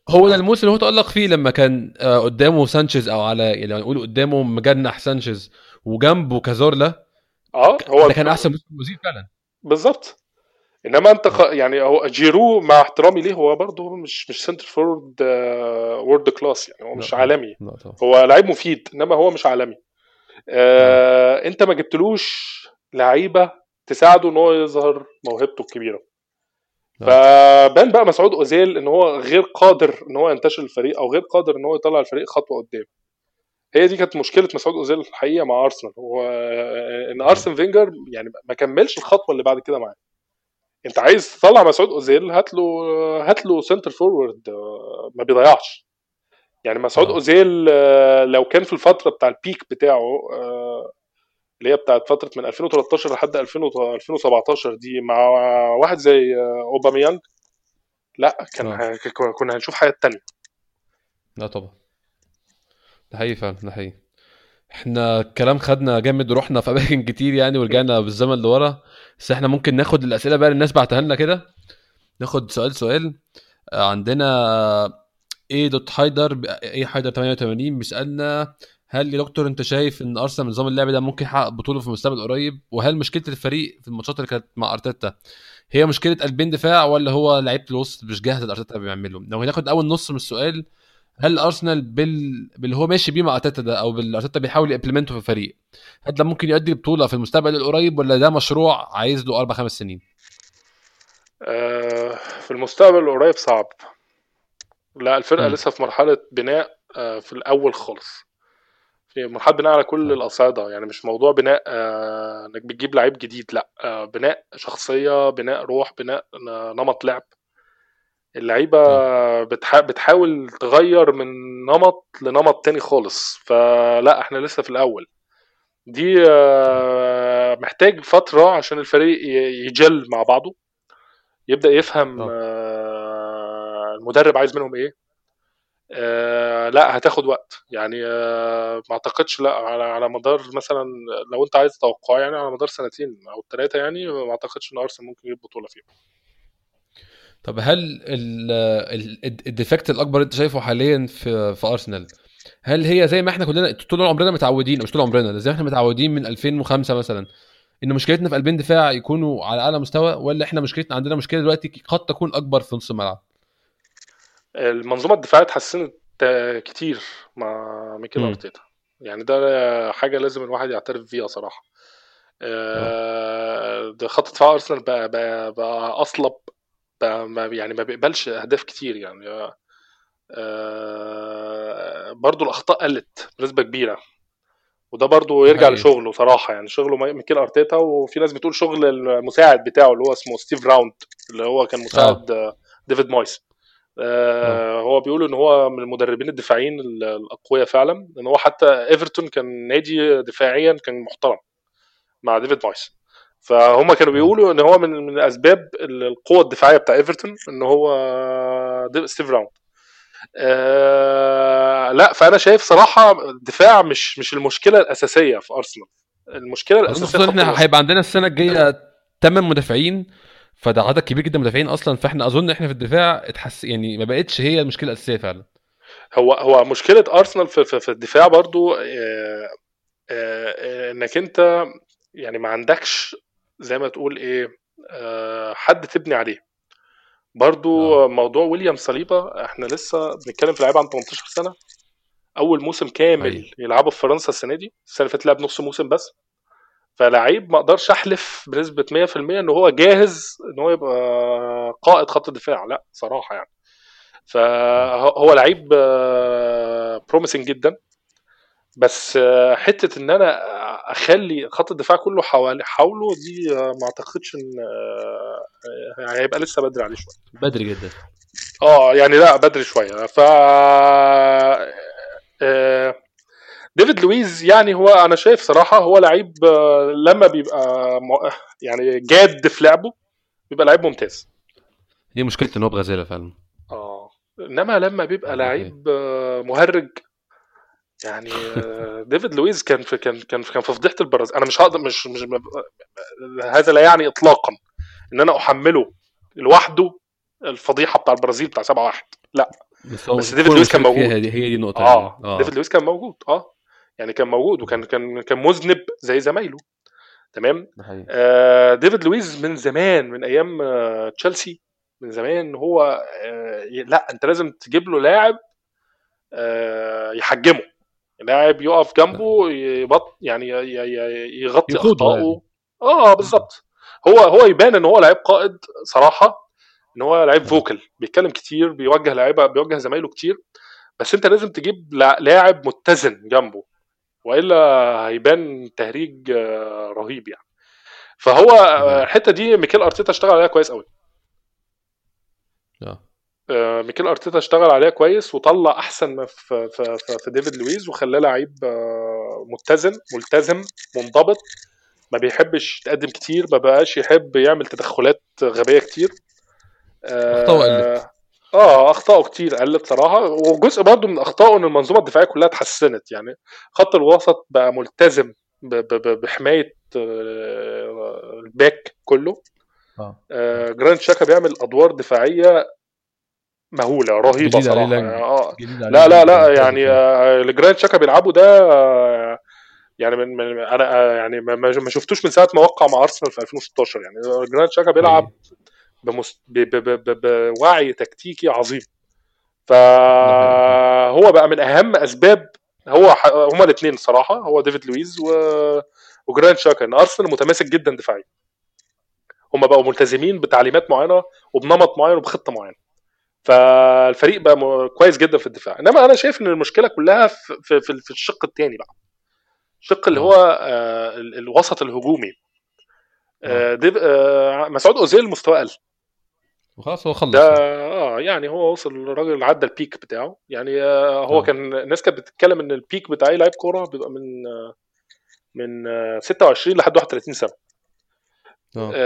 هو ده الموسم اللي هو تألق فيه لما كان آه، قدامه سانشيز او على يعني لو نقول قدامه مجنح سانشيز وجنبه كازورلا.
اه هو
ده كان
الف...
احسن موسم مزيد فعلا.
بالظبط. انما انت خ...
اه
يعني هو جيرو مع احترامي ليه هو برضه مش مش سنتر فورورد وورد كلاس، يعني هو
لا
مش
طبعا،
عالمي.
لا طبعا.
هو لعيب مفيد انما هو مش عالمي.
اه
آه انت ما جبتلوش لعيبه تساعده ان هو يظهر موهبته الكبيره.
اه
فبان بقى مسعود اوزيل ان هو غير قادر ان هو ينتشل الفريق او غير قادر ان هو يطلع الفريق خطوه قدام. هي دي كانت مشكله مسعود اوزيل الحقيقه مع ارسنال، هو آه، ان
اه
ارسن فينجر يعني ما كملش الخطوه اللي بعد كده معاه. انت عايز تطلع مسعود اوزيل هات له هات له سنتر فورورد آه، ما بيضيعش. يعني مسعود
اه
اوزيل آه، لو كان في الفتره بتاع البيك بتاعه آه، اللي هي بتاعت فتره من ألفين وتلتاشر لحد ألفين وسبعتاشر دي مع واحد زي آه، اوباميانج، لا كان
اه
ه- ك- كنا هنشوف حاجه تانية.
لا طبعا. ده حقيقي فعلا، ده حقيقي. احنا الكلام خدنا جامد ورحنا في اماكن كتير يعني ورجعنا بالزمن لورا. بس احنا ممكن ناخد الاسئله بقى اللي الناس بعتها لنا كده، ناخد سؤال سؤال. آه، عندنا ايه دوت حيدر، ايه حيدر ثمانية وثمانين بيسالنا: هل يا دكتور انت شايف ان ارسنال نظام اللعب ده ممكن يحقق بطوله في المستقبل القريب؟ وهل مشكله الفريق في الماتشات اللي كانت مع ارتيتا هي مشكله قلبين دفاع ولا هو لعيبه الوسط مش جاهزه اللي ارتيتا بيعمله؟ لو هناخد اول نص من السؤال: هل ارسنال بال باللي هو ماشي بيه مع ارتيتا ده او باللي ارتيتا بيحاول يمبلمنته في الفريق، هل ده ممكن يؤدي لبطوله في المستقبل القريب ولا ده مشروع عايز له اربع خمس سنين؟
آه، في المستقبل القريب صعب. لا الفرقه
امم
لسه في مرحله بناء آه، في الاول خالص، في مرحله بناء على كل
اه
الاصعده. يعني مش موضوع بناء آه، انك بتجيب لعيب جديد، لا آه، بناء شخصيه، بناء روح، بناء ن- نمط لعب. اللعيبه
اه
بتح... بتحاول تغير من نمط لنمط تاني خالص، فلا احنا لسه في الاول. دي
اه
آه، محتاج فتره عشان الفريق ي- يجل مع بعضه، يبدا يفهم
اه
آه، المدرب عايز منهم ايه. آه لا هتاخد وقت يعني. آه ما اعتقدش، لا على على مدار مثلا، لو انت عايز توقع يعني على مدار سنتين او ثلاثه، يعني ما اعتقدش ان ارسنال ممكن يجيب بطوله فيهم.
طب هل ال- ال- الديفكت الاكبر انت شايفه حاليا في في ارسنال، هل هي زي ما احنا كلنا طول عمرنا متعودين، مش طول عمرنا، زي ما احنا متعودين من ألفين وخمسة مثلا ان مشكلتنا في قلبين دفاع يكونوا على اعلى مستوى، ولا احنا مشكلتنا عندنا مشكله دلوقتي قد تكون اكبر في نص الملعب؟
المنظومه الدفاعيه اتحسنت آه، كتير مع ميكيل
امم
ارتيتا. يعني ده حاجه لازم الواحد يعترف بيها صراحه.
اه
آه، ده خط دفاع ارسنال بقى بقى, بقى اصلب، بقى ما يعني ما بيقبلش اهداف كتير يعني. آه، برضو الاخطاء قلت بنسبه كبيره، وده برضو
ده
يرجع
حقيقي.
لشغله صراحه. يعني شغله ميكيل ارتيتا، وفي ناس بتقول شغل المساعد بتاعه اللي هو اسمه ستيف راوند، اللي هو كان
اه
مساعد آه، ديفيد مويس.
اه
آه، هو بيقول ان هو من المدربين الدفاعيين ال- الاقوياء فعلا، ان هو حتى ايفرتون كان نادي دفاعيا كان محترم مع ديفيد مويس. فهم كانوا
اه
بيقولوا ان هو من من اسباب القوه الدفاعيه بتاع ايفرتون ان هو دي- ستيف راوند. آه لا فانا شايف صراحه الدفاع مش مش المشكله الاساسيه في ارسنال. المشكله
اظن
الاساسيه
خصوصا ان
خط
احنا
الوسط.
هيبقى عندنا السنه الجايه ثمان مدافعين، فده عدد كبير جدا مدافعين اصلا، فاحنا اظن احنا في الدفاع اتحس يعني ما بقتش هي المشكله الاساسيه فعلا.
هو هو مشكله ارسنال في, في, في الدفاع برضو آه آه انك انت يعني ما عندكش زي ما تقول ايه آه حد تبني عليه.
اه
برضو موضوع ويليام صليبا، احنا لسه بنتكلم في لعيب عن تمنتاشر سنه، اول موسم
حقيقي.
كامل يلعبه في فرنسا السنه دي، السنه اللي فاتت لعب نص موسم بس. فلعيب ما اقدرش احلف بنسبه مية في المية ان هو جاهز ان هو يبقى قائد خط الدفاع، لا صراحه يعني.
اه
فهو لعيب بروميسنج جدا، بس آه، حته ان انا اخلي خط الدفاع كله حوالي حوله دي آه، ما اعتقدش ان آه، آه، هيبقى لسه بدري عليه شويه.
بدري جدا.
اه يعني لا بدري شويه. ف آه، ديفيد لويز يعني هو انا شايف صراحه هو لعيب آه، لما بيبقى م- يعني جاد في لعبه بيبقى لعيب ممتاز.
دي مشكلته ان هو بغزاله فعلا.
اه انما لما بيبقى
ده حقيقي.
لعيب آه، مهرج يعني. آه، ديفيد لويز كان في كان كان كان في فضيحه البرازيل. انا مش هقدر مش مش هذا لا يعني اطلاقا ان انا احمله لوحده الفضيحه بتاع البرازيل بتاع سبعة واحد، لا.
بس هو
بس
مش
ديفيد
كوره
لويس كان
مشارك فيها،
موجود.
دي هي دي النقطه يعني.
اه ديفيد
اه
لويس كان موجود اه يعني كان موجود وكان كان كان مذنب زي زمايله. تمام.
ده حقيقي.
آه ديفيد لويس من زمان، من ايام آه تشيلسي، من زمان هو آه لا انت لازم تجيب له لاعب آه يحجمه، لاعب يقف
لا،
جنبه يبط يعني ي- ي- يغطي
يقوده يعني.
اخطائه. اه بالظبط. هو هو يبان ان هو لعيب قائد صراحه، ان هو لعيب
اه
فوكل، بيتكلم كتير، بيوجه لعيبه، بيوجه زمايله كتير. بس انت لازم تجيب لا- لاعب متزن جنبه، والا هيبان تهريج آه، رهيب يعني. فهو
ده
آه،
حقيقي.
الحته دي ميكيل ارتيتا اشتغل عليها كويس قوي.
اه
آه، ميكيل ارتيتا اشتغل عليها كويس وطلع احسن ما في في في, في ديفيد لويز، وخلاه لعيب آه، متزن ملتزم منضبط، ما بيحبش يتقدم كتير، ما بقاش يحب يعمل تدخلات غبيه كتير.
اخطاء قلت.
اه آه، اخطائه كتير قلت صراحه، وجزء برضه من اخطائه ان المنظومه الدفاعيه كلها اتحسنت يعني. خط الوسط بقى ملتزم ب- ب- ب- بحمايه آه، الباك كله.
اه اه
آه، جراند شاكا بيعمل ادوار دفاعيه مهوله رهيبه
جديد عليه
صراحه
لانج،
يعني. اه
جديد عليه
لا لا
لانج
لا
ممتاز
يعني
بصراحه.
آه، اللي جراند شاكا بيلعبه ده آه، يعني من, من انا آه، يعني ما ما ما شفتوش من ساعه ما وقع مع ارسنال في ألفين وستاشر يعني. جراند شاكا بيلعب
حقيقي.
بمس... ب... ب... ب... ب... بوعي تكتيكي عظيم.
ده حقيقي فعلا.
فهو بقى من اهم اسباب، هو ح... هما الاثنين صراحه، هو ديفيد لويز و... وجراند شاكا، ان ارسنال متماسك جدا دفاعيا. هما بقوا ملتزمين بتعليمات معينه وبنمط معين وبخطه معينه، فالفريق بقى م... كويس جدا في الدفاع. انما انا شايف ان المشكله كلها في في, في في الشق الثاني بقى، الشق اللي هو
اه
آه ال- الوسط الهجومي.
اه
آه ديف... آه مسعود اوزيل مستواه قل.
وخلاص هو
ده
خلص يعني.
اه يعني هو وصل، الراجل عدى البيك بتاعه يعني. آه هو
اه
كان الناس كانت بتتكلم ان البيك بتاع اي لعيب كوره بيبقى من آه من آه ستة وعشرين لحد واحد وثلاثين سنه.
اه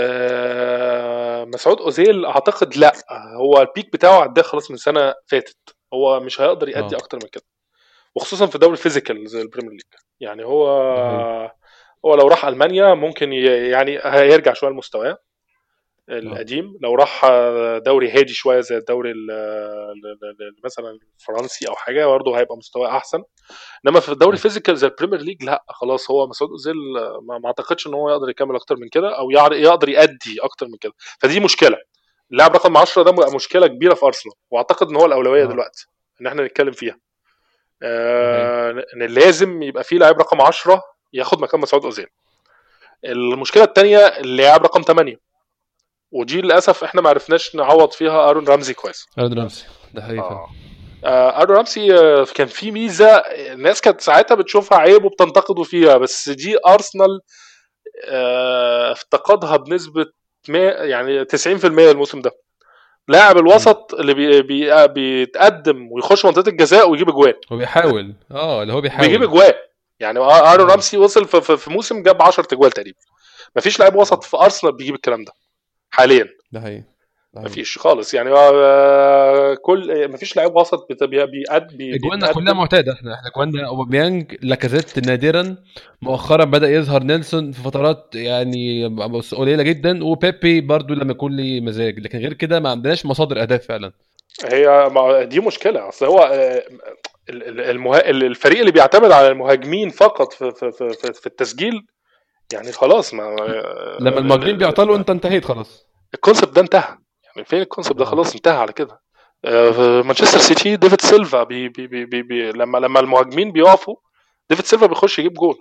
آه مسعود اوزيل اعتقد لا، هو البيك بتاعه عداه خلاص من سنه فاتت، هو مش هيقدر يأدي
اه
اكتر من كده، وخصوصا في دوري فيزيكال زي البريمير ليج. يعني هو
ده حقيقي.
هو لو راح المانيا ممكن ي- يعني هيرجع شويه لمستواه
اه
القديم. لو راح دوري هادي شويه زي الدوري ال- ال- ال- مثلا الفرنسي او حاجه، برضه هيبقى مستواه احسن. انما في الدوري
اه
فيزيكال زي البريمير ليج لا، خلاص هو مسعود اوزيل ما ما اعتقدش ان هو يقدر يكمل اكتر من كده، او يعر- يقدر يأدي اكتر من كده. فدي مشكله. اللاعب رقم عشرة ده بقى مشكله كبيره في ارسنال، واعتقد ان هو الاولويه
اه
دلوقتي ان احنا نتكلم فيها.
ده حقيقي.
آه ان لازم يبقى في لاعب رقم عشرة ياخد مكان مسعود اوزيل. المشكله الثانيه اللاعب رقم ثمانية، ودي للاسف احنا ما عرفناش نعوض فيها ارون رامزي كويس.
ارن رامسي. ده حقيقي فعلا.
اه آه، ارون رامسي آه، كان في ميزه الناس كانت ساعتها بتشوفها عيب وبتنتقده فيها، بس دي ارسنال آه، افتقدها بنسبه ما يعني تسعين في المية الموسم ده. لاعب
امم
الوسط اللي بي بي بيتقدم ويخش منطقه الجزاء ويجيب اجوان،
هو بيحاول، اه اللي هو
وبيجيب
بيحاول.
اجوان. يعني ارون
اه
رامسي وصل في, في, في موسم جاب عشرة اجوال تقريبا. مفيش لاعب وسط
اه
في ارسنال بيجيب الكلام ده حاليا،
ده حقيقي. ده حقيقي.
مفيش خالص يعني. آه، كل مفيش لاعب وسط بيت- بي- بيقد- بي-
اجواننا كلها
بيتقدم.
معتاده، احنا احنا اجواننا اوباميانج، لاكازيت نادرا، مؤخرا بدا يظهر نيلسون في فترات يعني بس قليله جدا، وبيبي برضو لما يكون لي مزاج، لكن غير كده ما عندناش مصادر اهداف فعلا.
هي ما- دي مشكله، اصل هو آه، ال- ال- المه... الفريق اللي بيعتمد على المهاجمين فقط في في في, في في التسجيل، يعني خلاص ما
لما المهاجمين بيعطلوا انت انتهيت خلاص.
الكونسيبت ده انتهى. يعني فين الكونسيبت ده؟
اه
خلاص انتهى على كده. آه، في مانشستر سيتي ديفيد سيلفا بي بي بي بي بي لما لما المهاجمين بيقفوا ديفيد سيلفا بيخش يجيب جول.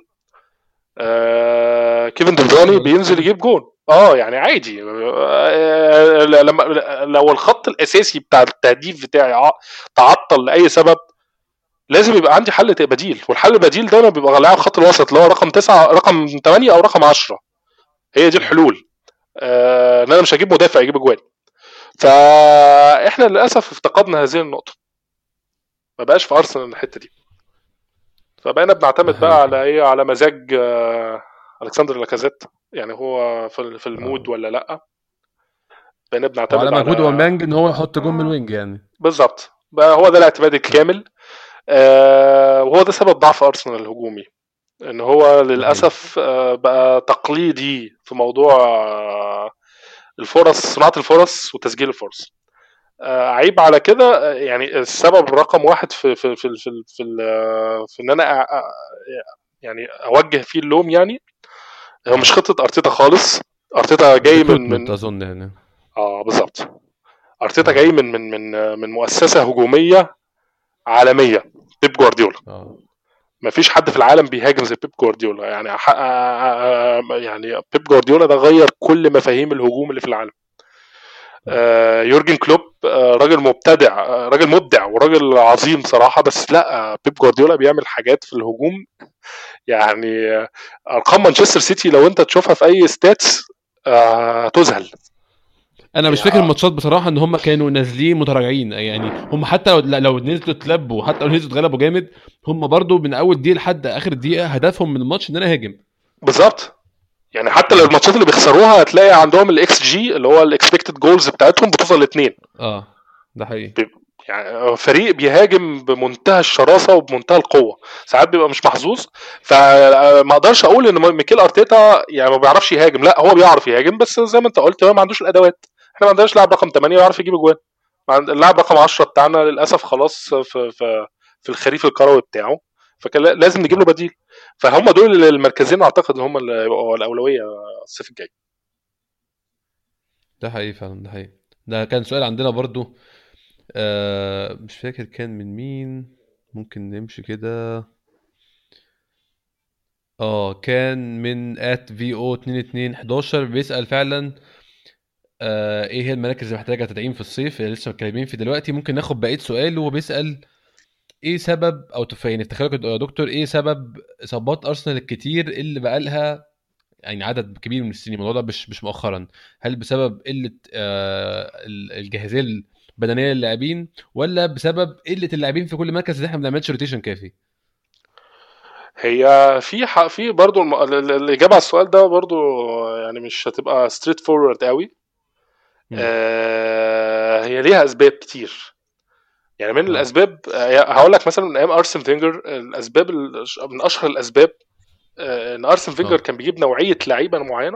آه كيفن دي برويني
ايوه لسه
بينزل
كده.
يجيب جول. اه يعني عادي. آه لما لو الخط الاساسي بتاع التهديف بتاعي ع- تعطل لاي سبب، لازم يبقى عندي حل بديل، والحل البديل دايما بيبقى لاعب خط الوسط اللي هو رقم تسعة رقم ثمانية او رقم عشرة. هي دي
اه
الحلول. آه ان انا مش هجيب مدافع يجيب اجوان. فاحنا للاسف افتقدنا هذه النقطه، ما بقاش في ارسنال الحته دي. فبقينا
ده
بنعتمد
حقيقي
بقى
فعلا.
على ايه، على مزاج آه الكسندر لاكازيت، يعني هو في في المود
اه
ولا لا. بقينا
وعلى
بنعتمد على
مجهود اوباميانج ان هو يحط جون من
آه
الوينج يعني.
بالظبط بقى، هو ده الاعتماد
اه
الكامل. آه وهو ده سبب ضعف ارسنال الهجومي، ان هو
ده حقيقي.
للاسف آه بقى تقليدي في موضوع آه الفرص، صناعه الفرص وتسجيل الفرص. عيب على كده. يعني السبب رقم واحد في في في في, في, في ان انا يعني اوجه فيه اللوم، يعني هو مش خطه ارتيتا خالص. ارتيتا جاي من من
اظن يعني
اه بالظبط. ارتيتا جاي من من من من مؤسسه هجوميه عالميه، بيب جوارديولا.
اه
ما فيش حد في العالم بيهاجم زي بيب جوارديولا. يعني يعني بيب جوارديولا ده غير كل مفاهيم الهجوم اللي في العالم. آه يورجن كلوب آه راجل مبتدع، آه راجل مبدع وراجل عظيم صراحة. بس لا، آه بيب جوارديولا بيعمل حاجات في الهجوم يعني. آه ارقام مانشستر سيتي لو انت تشوفها في اي ستاتس آه تذهل.
انا مش فاكر الماتشات بصراحه ان هم كانوا نازلين متراجعين، يعني هم حتى لو, لو نزلوا اتلبوا، حتى لو نزلوا اتغلبوا جامد، هم برضو من اول دقيقه لحد اخر دقيقه هدفهم من الماتش ان انا هاجم.
بالظبط. يعني حتى لو الماتشات اللي بيخسروها هتلاقي عندهم الاكس جي اللي هو الاكسبكتد جولز بتاعتهم بتوصل لاثنين.
اه ده حقيقي.
يعني فريق بيهاجم بمنتهى الشراسه وبمنتهى القوه، ساعات بيبقى مش محظوظ. فما اقدرش اقول ان ميكيل ارتيتا يعني ما بيعرفش يهاجم، لا هو بيعرف يهاجم، بس زي ما انت قلت هو ما عندوش الادوات. احنا ما عندناش لاعب رقم ثمانية يعرف يجيب اجوان. اللاعب رقم عشرة بتاعنا للاسف خلاص في في في الخريف الكروي بتاعه، فكان لازم نجيب له بديل. فهم دول المركزين اعتقد ان هم اللي هيبقوا الاولويه الصيف الجاي.
ده حقيقي فعلا، ده حقيقي. ده كان سؤال عندنا برضو، آه مش فاكر كان من مين، ممكن نمشي كده. اه كان من ات في او اتنين اتنين حداشر بيسأل فعلا آه ايه هي المراكز اللي محتاجه تدعيم في الصيف اللي لسه متكلمين في دلوقتي. ممكن ناخد بقيه سؤال، وهو بيسأل ايه سبب او تفاين تخيلك يا دكتور ايه سبب اصابات ارسنال الكتير اللي بقالها يعني عدد كبير من السنين، الموضوع ده مش مش مؤخرا. هل بسبب قله آه الجاهزيه البدنيه للاعبين، ولا بسبب قله اللاعبين في كل مركز اللي احنا ما بنعملش روتيشن كافي؟
هي في ح... في برضو الم... الاجابه على السؤال ده برضو يعني مش هتبقى ستريت فورورد قوي. آه هي ليها اسباب كتير. يعني من أوه. الاسباب هقول لك مثلا من ايام ارسن فينجر، الاسباب من اشهر الاسباب آه ان ارسن فينجر أوه. كان بيجيب نوعيه لعيبه معينه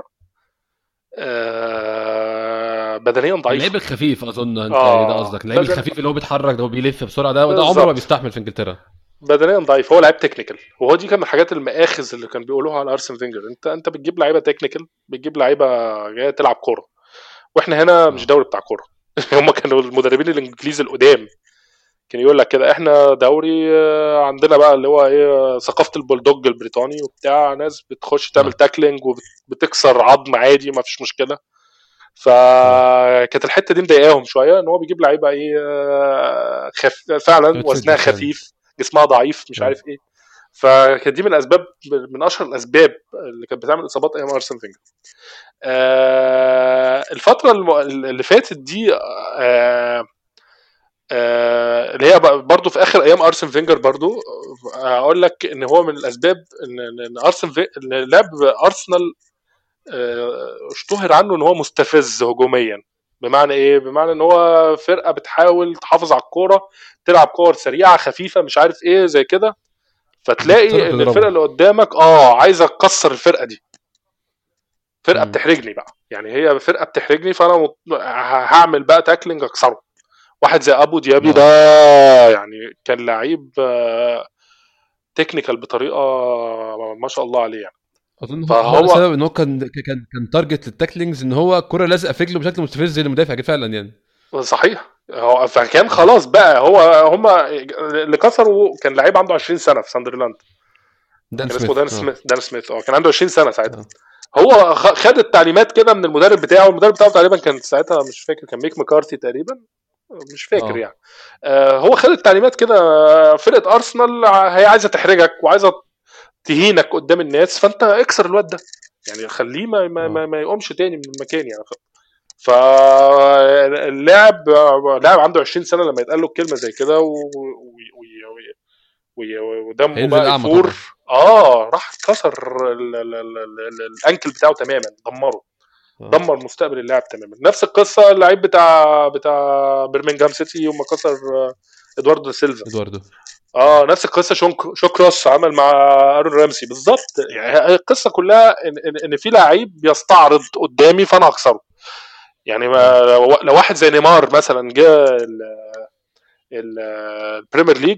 آه بدنيا ضعيف.
اللعيب الخفيف اظن انت آه ده قصدك، اللعيب بدن... الخفيف اللي هو بيتحرك ده وبيلف بسرعه، ده ده عمره ما بيستحمل في انجلترا.
بدنيا ضعيف، هو لعيب تكنيكال. وهو دي كان من الحاجات المآخذ اللي كان بيقولوها على ارسن فينجر، انت انت بتجيب لعيبه تكنيكال، بتجيب لعيبه جايه تلعب كوره، واحنا هنا مش دوري بتاع كوره. هم كانوا المدربين الانجليزي القدام كان يقول لك كده احنا دوري عندنا بقى اللي هو ايه ثقافه البولدوج البريطاني وبتاع، ناس بتخش تعمل تاكلينج وبتكسر عظم عادي ما فيش مشكله. فكانت الحته دي مضايقاهم شويه ان هو بيجيب لعيبه ايه خف... فعلا وزنها خفيف جسمها ضعيف مش عارف ايه. فكانت دي من الاسباب، من اشهر الاسباب اللي كانت بتعمل اصابات ايام ارسن فينجر. آه الفتره اللي فاتت دي آه آه اللي هي برضو في اخر ايام ارسن فينجر برضو اقول لك ان هو من الاسباب ان, إن ارسن في... إن لعب ارسنال آه اشتهر عنه ان هو مستفز هجوميا. بمعنى ايه؟ بمعنى ان هو فرقه بتحاول تحافظ على الكوره، تلعب كور سريعه خفيفه مش عارف ايه زي كده، فتلاقي ان الفرقه اللي قدامك اه عايزه تكسر الفرقه دي. فرقه م. بتحرجني بقى، يعني هي فرقه بتحرجني، فانا مت... هعمل بقى تاكلينج اكسره. واحد زي ابو ديابي ده يعني كان لعيب تكنيكال بطريقه ما شاء الله عليه يعني.
اظن هو سبب ان هو كان كان كان تارجت للتاكلينجز، ان هو الكره لازقه في رجله بشكل مستفز زي المدافع فعلا يعني.
صحيح. هو فكان خلاص بقى هو هم اللي كسروا كان لعيب عنده عشرين سنه في ساندرلاند،
دان
كان
سميث.
اسمه دان سميث. دان سميث اه كان عنده عشرين سنه ساعتها. أوه. هو خد التعليمات كده من المدرب بتاعه. المدرب بتاعه تقريبا كان ساعتها مش فاكر، كان ميك مكارثي تقريبا مش فاكر أوه. يعني آه هو خد التعليمات كده. فرقه ارسنال هي عايزه تحرجك وعايزه تهينك قدام الناس، فانت اكسر الواد ده يعني، خليه ما, ما, ما يقومش تاني من المكان يعني. فاللاعب لاعب عنده عشرين سنه لما يتقال له كلمه زي كده ودمه بقى يفور اه راح كسر الانكل بتاعه تماما، دمره أوه. دمر مستقبل اللاعب تماما. نفس القصه اللعيب بتاع بتاع برمنغهام سيتي يوم ما كسر ادواردو سيلفا.
ادواردو
اه نفس القصه شون شو كروس عمل مع ارون رامسي بالظبط. يعني القصه كلها ان ان, إن في لعيب بيستعرض قدامي فانا هكسره. يعني ما لو واحد زي نيمار مثلا جه البريمير ليج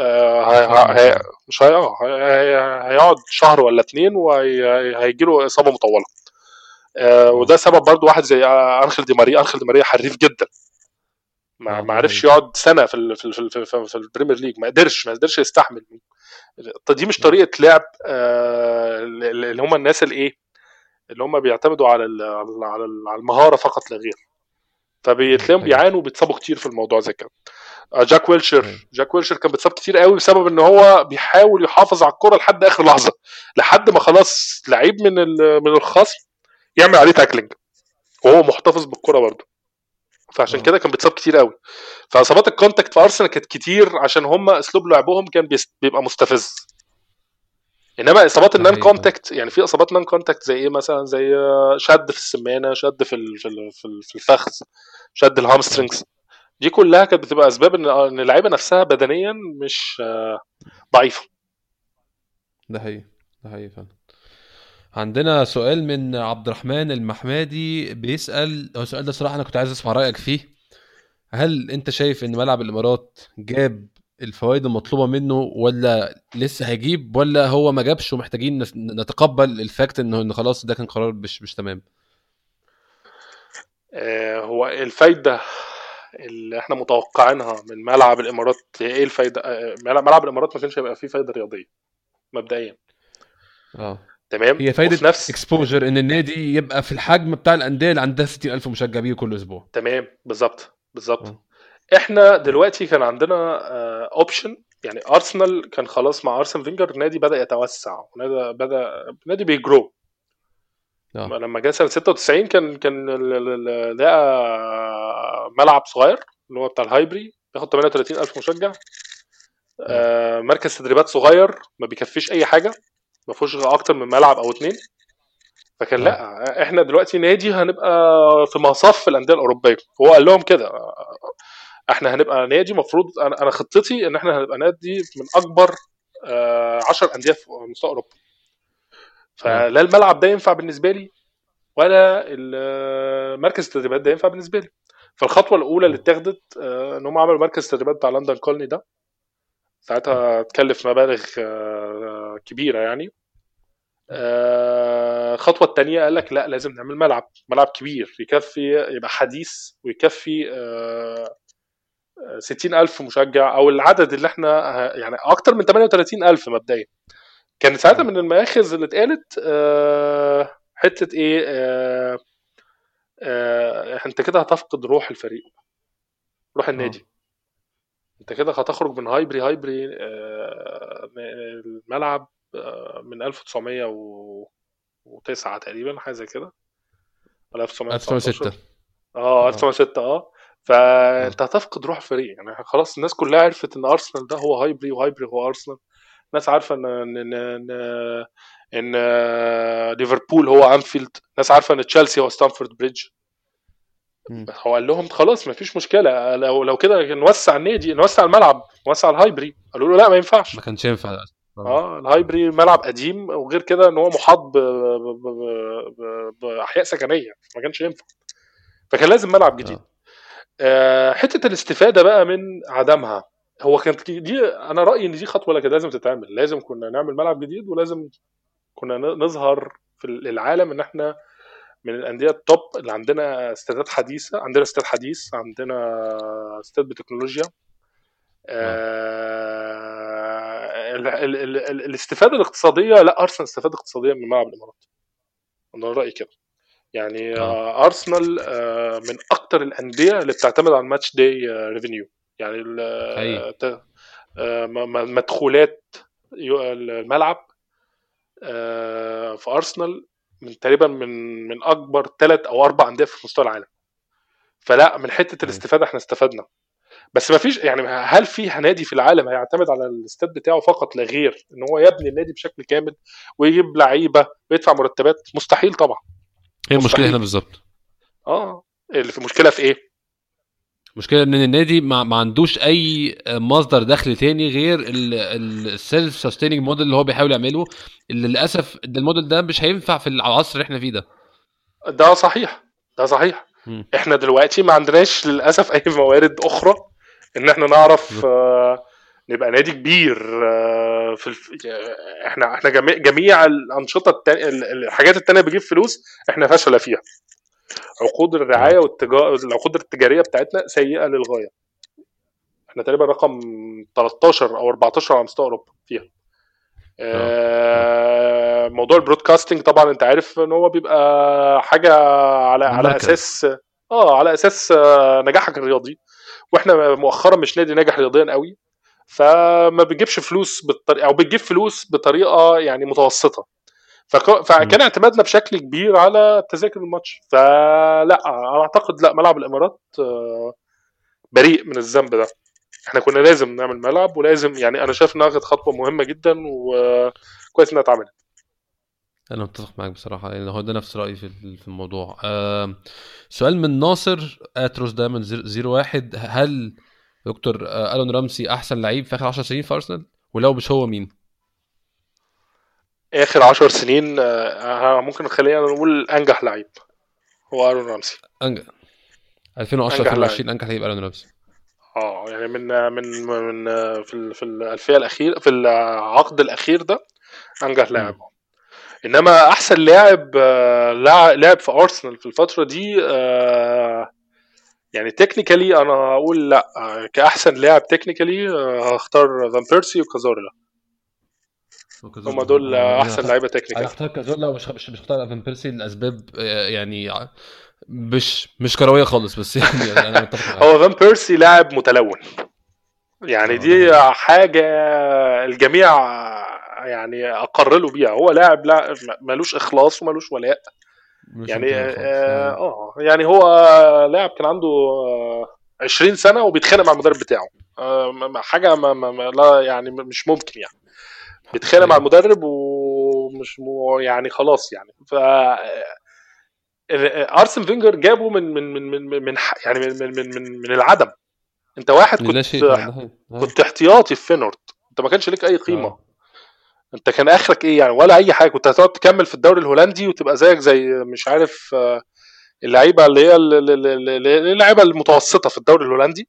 مش هيقعد شهر ولا اتنين وهيجي له اصابه مطوله. آه وده سبب برضو واحد زي انخيل دي ماريا. انخيل دي ماريا حريف جدا، ما ما عرفش يقعد سنه في ال في ال في, في, في البريمير ليج، ما قدرش ما قدرش يستحمل. دي مش طريقه لعب آه اللي هم الناس الايه اللي هم بيعتمدوا على على على المهاره فقط لا غير، فبيتلاقيهم بيعانوا وبيتصابوا كتير في الموضوع زي كده. جاك ويلشر جاك ويلشر كان بيتصاب كتير قوي بسبب ان هو بيحاول يحافظ على الكره لحد اخر لحظه، لحد ما خلاص لعيب من من الخصم يعمل عليه تاكلينج وهو محتفظ بالكره برضه، فعشان كده كان بيتصاب كتير قوي. فاصابات الكونتاكت في ارسنال كانت كتير عشان هم اسلوب لعبهم كان بيبقى مستفز. انما اصابات النان كونتاكت يعني في اصابات نان كونتاكت زي ايه مثلا، زي شد في السمانه، شد في في الفخذ، شد الهامسترينجز، دي كلها كانت بتبقى اسباب ان اللعيبه نفسها بدنيا مش ضعيفه.
ده حقيقي ده حقيقي فعلا. عندنا سؤال من عبد الرحمن المحمدي بيسأل، هو السؤال ده صراحة أنا كنت عايز أسمع رأيك فيه. هل أنت شايف إن ملعب الإمارات جاب الفوائد المطلوبة منه ولا لسه هيجيب، ولا هو ما جابش ومحتاجين نتقبل الفاكت إنه إن خلاص ده كان قرار مش مش تمام؟
آه هو الفايدة اللي احنا متوقعينها من ملعب الإمارات ايه الفايدة؟ آه ملعب الإمارات ما كانش هيبقى فيه فايدة رياضية مبدئيا.
اه
تمام.
هي فايدة نفس اكسبوجر ان النادي يبقى في الحجم بتاع الأندية اللي عندها ستين ألف مشجع بيه كل اسبوع.
تمام بالظبط بالظبط. احنا دلوقتي كان عندنا اوبشن آه يعني ارسنال كان خلاص مع ارسن فينجر النادي بدأ يتوسع، ونادي بدأ نادي بيجرو. آه. لما جه سنة ستة وتسعين كان كان لقى ملعب صغير اللي هو بتاع الهايبري بياخد ثمانية وثلاثين ألف مشجع. آه مركز تدريبات صغير ما بيكفيش اي حاجه، ما فيهوش اكتر من ملعب او اتنين. فكان آه. لا احنا دلوقتي نادي هنبقى في مصاف الانديه الاوروبيه. هو قال لهم كده احنا هنبقى نادي مفروض، انا انا خطتي ان احنا هنبقى نادي من اكبر آه عشر انديه في مستوى اوروبا. فلا الملعب ده ينفع بالنسبه لي ولا المركز التدريبات ده ينفع بالنسبه لي. فالخطوه الاولى اللي اتخذت آه ان هم عملوا مركز التدريبات بتاع لندن كولني ده، ساعتها تكلف مبالغ آه كبيره يعني. الخطوه الثانيه قال لك لا لازم نعمل ملعب ملعب كبير يكفي يبقى حديث ويكفي آه ستين ألف مشجع او العدد اللي احنا يعني اكتر من ثمانية وثلاثين ألف مبدئيا. كان ساعتها من المآخذ اللي اتقالت آه حته ايه آه آه انت كده هتفقد روح الفريق، روح النادي. أوه. انت كده هتخرج من هايبري هايبري آه الملعب آه من ألف وتسعمية وتسعة تقريبا حاجه زي كده، ولا ألف وتسعمية وستة اه ألف وتسعمية وستة اه فانت هتفقد روح الفريق. يعني خلاص الناس كلها عرفت ان ارسنال ده هو هايبري وهايبري هو ارسنال. الناس عارفه ان ان ان, إن ليفربول هو انفيلد، الناس عارفه ان تشيلسي هو ستانفورد بريدج. هو قال لهم خلاص ما فيش مشكله، لو لو كده نوسع النادي نوسع الملعب نوسع الهايبري. قالوا له لا ما ينفعش،
ما كانش ينفع.
اه الهايبري ملعب قديم وغير كده ان هو محاط باحياء سكنيه ما كانش ينفع، فكان لازم ملعب جديد. آه حته الاستفاده بقى من عدمها، هو كانت دي انا رايي ان دي خطوه كده لازم تتعمل. لازم كنا نعمل ملعب جديد ولازم كنا نظهر في العالم ان احنا من الانديه التوب اللي عندنا استادات حديثه، عندنا استاد حديث، عندنا استاد بتكنولوجيا. آه ال ال ال ال الاستفاده الاقتصاديه، لا ارسنال استفاد اقتصاديا من ملعب الامارات، انا رايي كده يعني. آه. ارسنال آه من اكتر الانديه اللي بتعتمد على الماتش داي ريفينيو، يعني آه مدخولات الملعب آه في ارسنال من تقريبا من من اكبر ثلاث او اربع انديه في مستوى العالم. فلا من حته الاستفاده احنا استفدنا، بس ما فيش يعني هل في نادي في العالم هيعتمد على الاستاد بتاعه فقط لا غير ان هو يبني النادي بشكل كامل ويجيب لعيبه ويدفع مرتبات؟ مستحيل طبعا.
هي المشكله هنا بالظبط.
اه اللي في المشكله في ايه؟
مشكله ان النادي ما, ما عندوش اي مصدر دخل تاني غير السيلف سستيننج موديل اللي هو بيحاول يعمله، اللي للاسف الموديل ده مش هينفع في العصر اللي احنا فيه ده.
ده صحيح ده صحيح
مم.
احنا دلوقتي ما عندناش للاسف اي موارد اخرى ان احنا نعرف آه، نبقى نادي كبير آه، في الف... احنا احنا جميع, جميع الانشطه التانية الحاجات التانية بتجيب فلوس احنا فاشله فيها. عقود الرعايه
اه
والتجاره العقود التجاريه بتاعتنا سيئه للغايه. احنا تقريبا رقم تلتاشر او اربعتاشر على مستوى اوروبا فيها.
اه اه
آه، موضوع البرودكاستنج طبعا انت عارف ان هو بيبقى حاجه على على
مركز.
اساس اه على اساس آه، نجاحك الرياضي. واحنا مؤخرا مش نادي ناجح رياضيا قوي، فما بتجيبش فلوس بالطريقه او بتجيب فلوس بطريقه يعني متوسطه. فك-
مم.
فكان اعتمادنا بشكل كبير على تذاكر الماتش. فلا انا اعتقد لا ملعب الامارات آه، بريء من الذنب ده. احنا كنا لازم نعمل ملعب، ولازم يعني انا شايف انها كانت خطوه مهمه جدا وكويس انها اتعملت.
انا متفق معاك بصراحه، يعني هو ده نفس رايي في ال- في الموضوع. آم، سؤال من ناصر اتروس دايما زيرو واحد: هل دكتور آه، الون رامسي احسن لعيب في اخر عشر سنين في ارسنال؟ ولو مش هو مين؟
اخر عشر سنين آه، ممكن خلينا نقول انجح لعيب هو ارون رامسي.
أنج... ألفين وعشرة
انجح لعيب
ألفين وعشرين انجح لعيب الون رامسي.
اه يعني من من من في ال- في الالفيه الاخير في العقد الاخير ده انجح لاعب.
مم.
انما احسن لاعب آه، لع- لعب في ارسنال في الفتره دي آه، يعني تكنيكالي انا اقول لا آه، كاحسن لاعب تكنيكالي آه، هختار فان بيرسي وكازورلا. هم
وكازورلا.
دول
انا
آه،
انا
احسن
هختار
لعيبه
انا
تكنيكال.
هختار كازورلا، ومش مش مش هختار ايفان بيرسي لاسباب آه، يعني ع- مش مش كرويه خالص، بس يعني انا متفق
هو
معاك.
فان بيرسي لاعب متلون، يعني
اه ده
دي
حقيقي.
حاجه الجميع يعني اقر له بيها. هو لاعب لا ملوش اخلاص وملوش ولاء.
مش
يعني
انتماء خالص، ده
اه
حقيقي.
آه، يعني هو لاعب كان عنده آه، عشرين سنه وبيتخانق مع المدرب بتاعه. آه، ما- ما- حاجه ما ما ما- لا يعني مش ممكن يعني. بيتخانق مع
حقيقي.
المدرب ومش مو- يعني خلاص يعني. ف ارسن فينجر جابه من من من من من ح- يعني من من من من, من العدم. انت واحد
لا
كنت
شيء فعلا، ده حقيقي ده حقيقي.
كنت احتياطي في فينورد. انت ما كانش ليك اي قيمه.
اه
انت كان اخرك ايه يعني؟ ولا اي حاجه. كنت هتقعد تكمل في الدوري الهولندي وتبقى زيك زي مش عارف آه، اللعيبه اللي هي ال- ال- ال- ال- اللعيبه المتوسطه في الدوري الهولندي.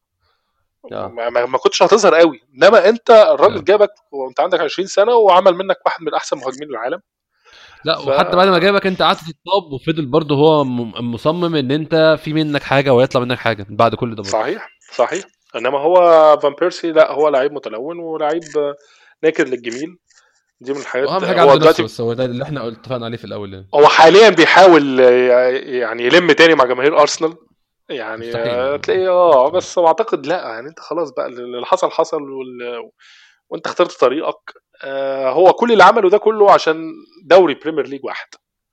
اه
ما, ما ما كنتش هتظهر قوي. انما انت الراجل
اه
جابك وانت عندك عشرين سنه وعمل منك واحد من احسن مهاجمين العالم.
لا،
ف
وحتى بعد ما جابك انت قعدت تتصاب، وفضل برضه هو م- مصمم ان انت في منك حاجه ويطلع منك حاجه بعد كل ده برضه.
صحيح صحيح. انما هو فان بيرسي لا هو لعيب متلون ولعيب ناكر للجميل. دي من الحاجات.
واهم حاجه
هو
عنده نفسه،
دلوقتي
بس هو ده اللي احنا اتفقنا عليه في الاول يعني.
هو حاليا بيحاول يعني يلم تاني مع جماهير ارسنال. يعني
مستحيل
تلاقيه اه
مستحيل.
بس اعتقد لا يعني انت خلاص بقى اللي حصل حصل وال... وانت اخترت طريقك. آه هو كل اللي عمله ده كله عشان دوري بريمير ليج واحد.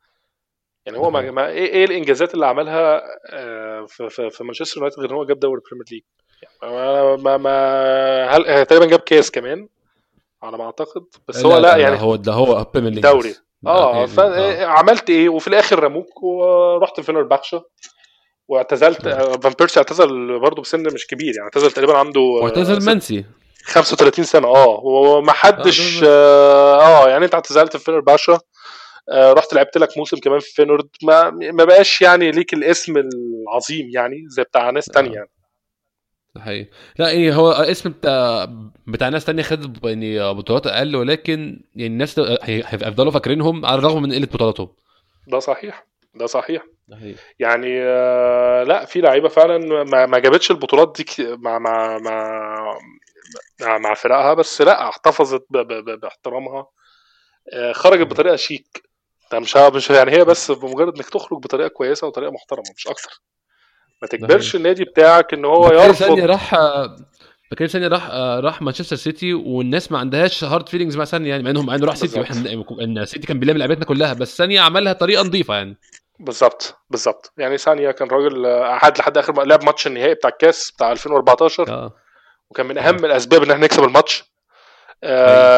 يعني
ده
هو ما
حقيقي.
ما- ايه ايه الانجازات اللي عملها آه في, في, في مانشستر يونايتد غير ان هو جاب دوري بريمير ليج. يعني ما ما, ما هل آه، تقريبا جاب كاس كمان على ما اعتقد. بس هو
لا
لا
لا لا،
يعني
هو ده هو بريمير ليج
دوري.
بس. لا،
اه
يعني اه
فعملت ايه وفي الاخر رموك ورحت فينرباخشة واعتزلت.
اه
آه، فان بيرسي اعتزل برضه بسن مش كبير يعني. اعتزل تقريبا عنده آه،
واعتزل
ست
منسي.
خمسة وثلاثين سنه اه وما
اه اعتزل
حدش
منسي.
اه آه، يعني انت اعتزلت في فينرباخشة. آه، رحت لعبت لك موسم كمان في فينورد. ما ما بقاش يعني ليك الاسم العظيم يعني زي بتاع ناس تانية
اه
يعني.
ده حقيقي. لا يعني هو اسم بتاع بتاع ناس تانية خدت يعني بطولات اقل، ولكن يعني الناس هي- هيفضلوا فاكرينهم على الرغم من قله بطولاتهم.
ده صحيح. ده صحيح.
ده حقيقي.
يعني آه، لا في لعيبه فعلا ما, ما جابتش البطولات دي ك- مع مع مع مع, مع فرقها. بس لا احتفظت ب ب ب باحترامها. آه، خرجت
مم.
بطريقه شيك. ده مش مش يعني هي بس بمجرد انك تخرج بطريقه كويسه وطريقه محترمه مش اكتر. ما
ده حقيقي.
تجبرش النادي بتاعك ان هو
بكاري ثانية
يرفض.
راح بكاري ثانية راح راح مانشستر سيتي، والناس ما عندهاش هارد فيلينجز مع ثانية، يعني مع انهم مع انه راح سيتي،
بالظبط
واحنا ان سيتي كان بيلعب لعبتنا كلها، بس ثانية عملها طريقة نظيفة يعني.
بالظبط بالظبط. يعني ثانيه كان راجل آه، قعد لحد اخر ما- لعب ماتش النهائي بتاع الكاس بتاع ألفين وأربعتاشر.
اه
وكان من
اه
اهم الاسباب ان احنا نكسب الماتش.
حقيقي.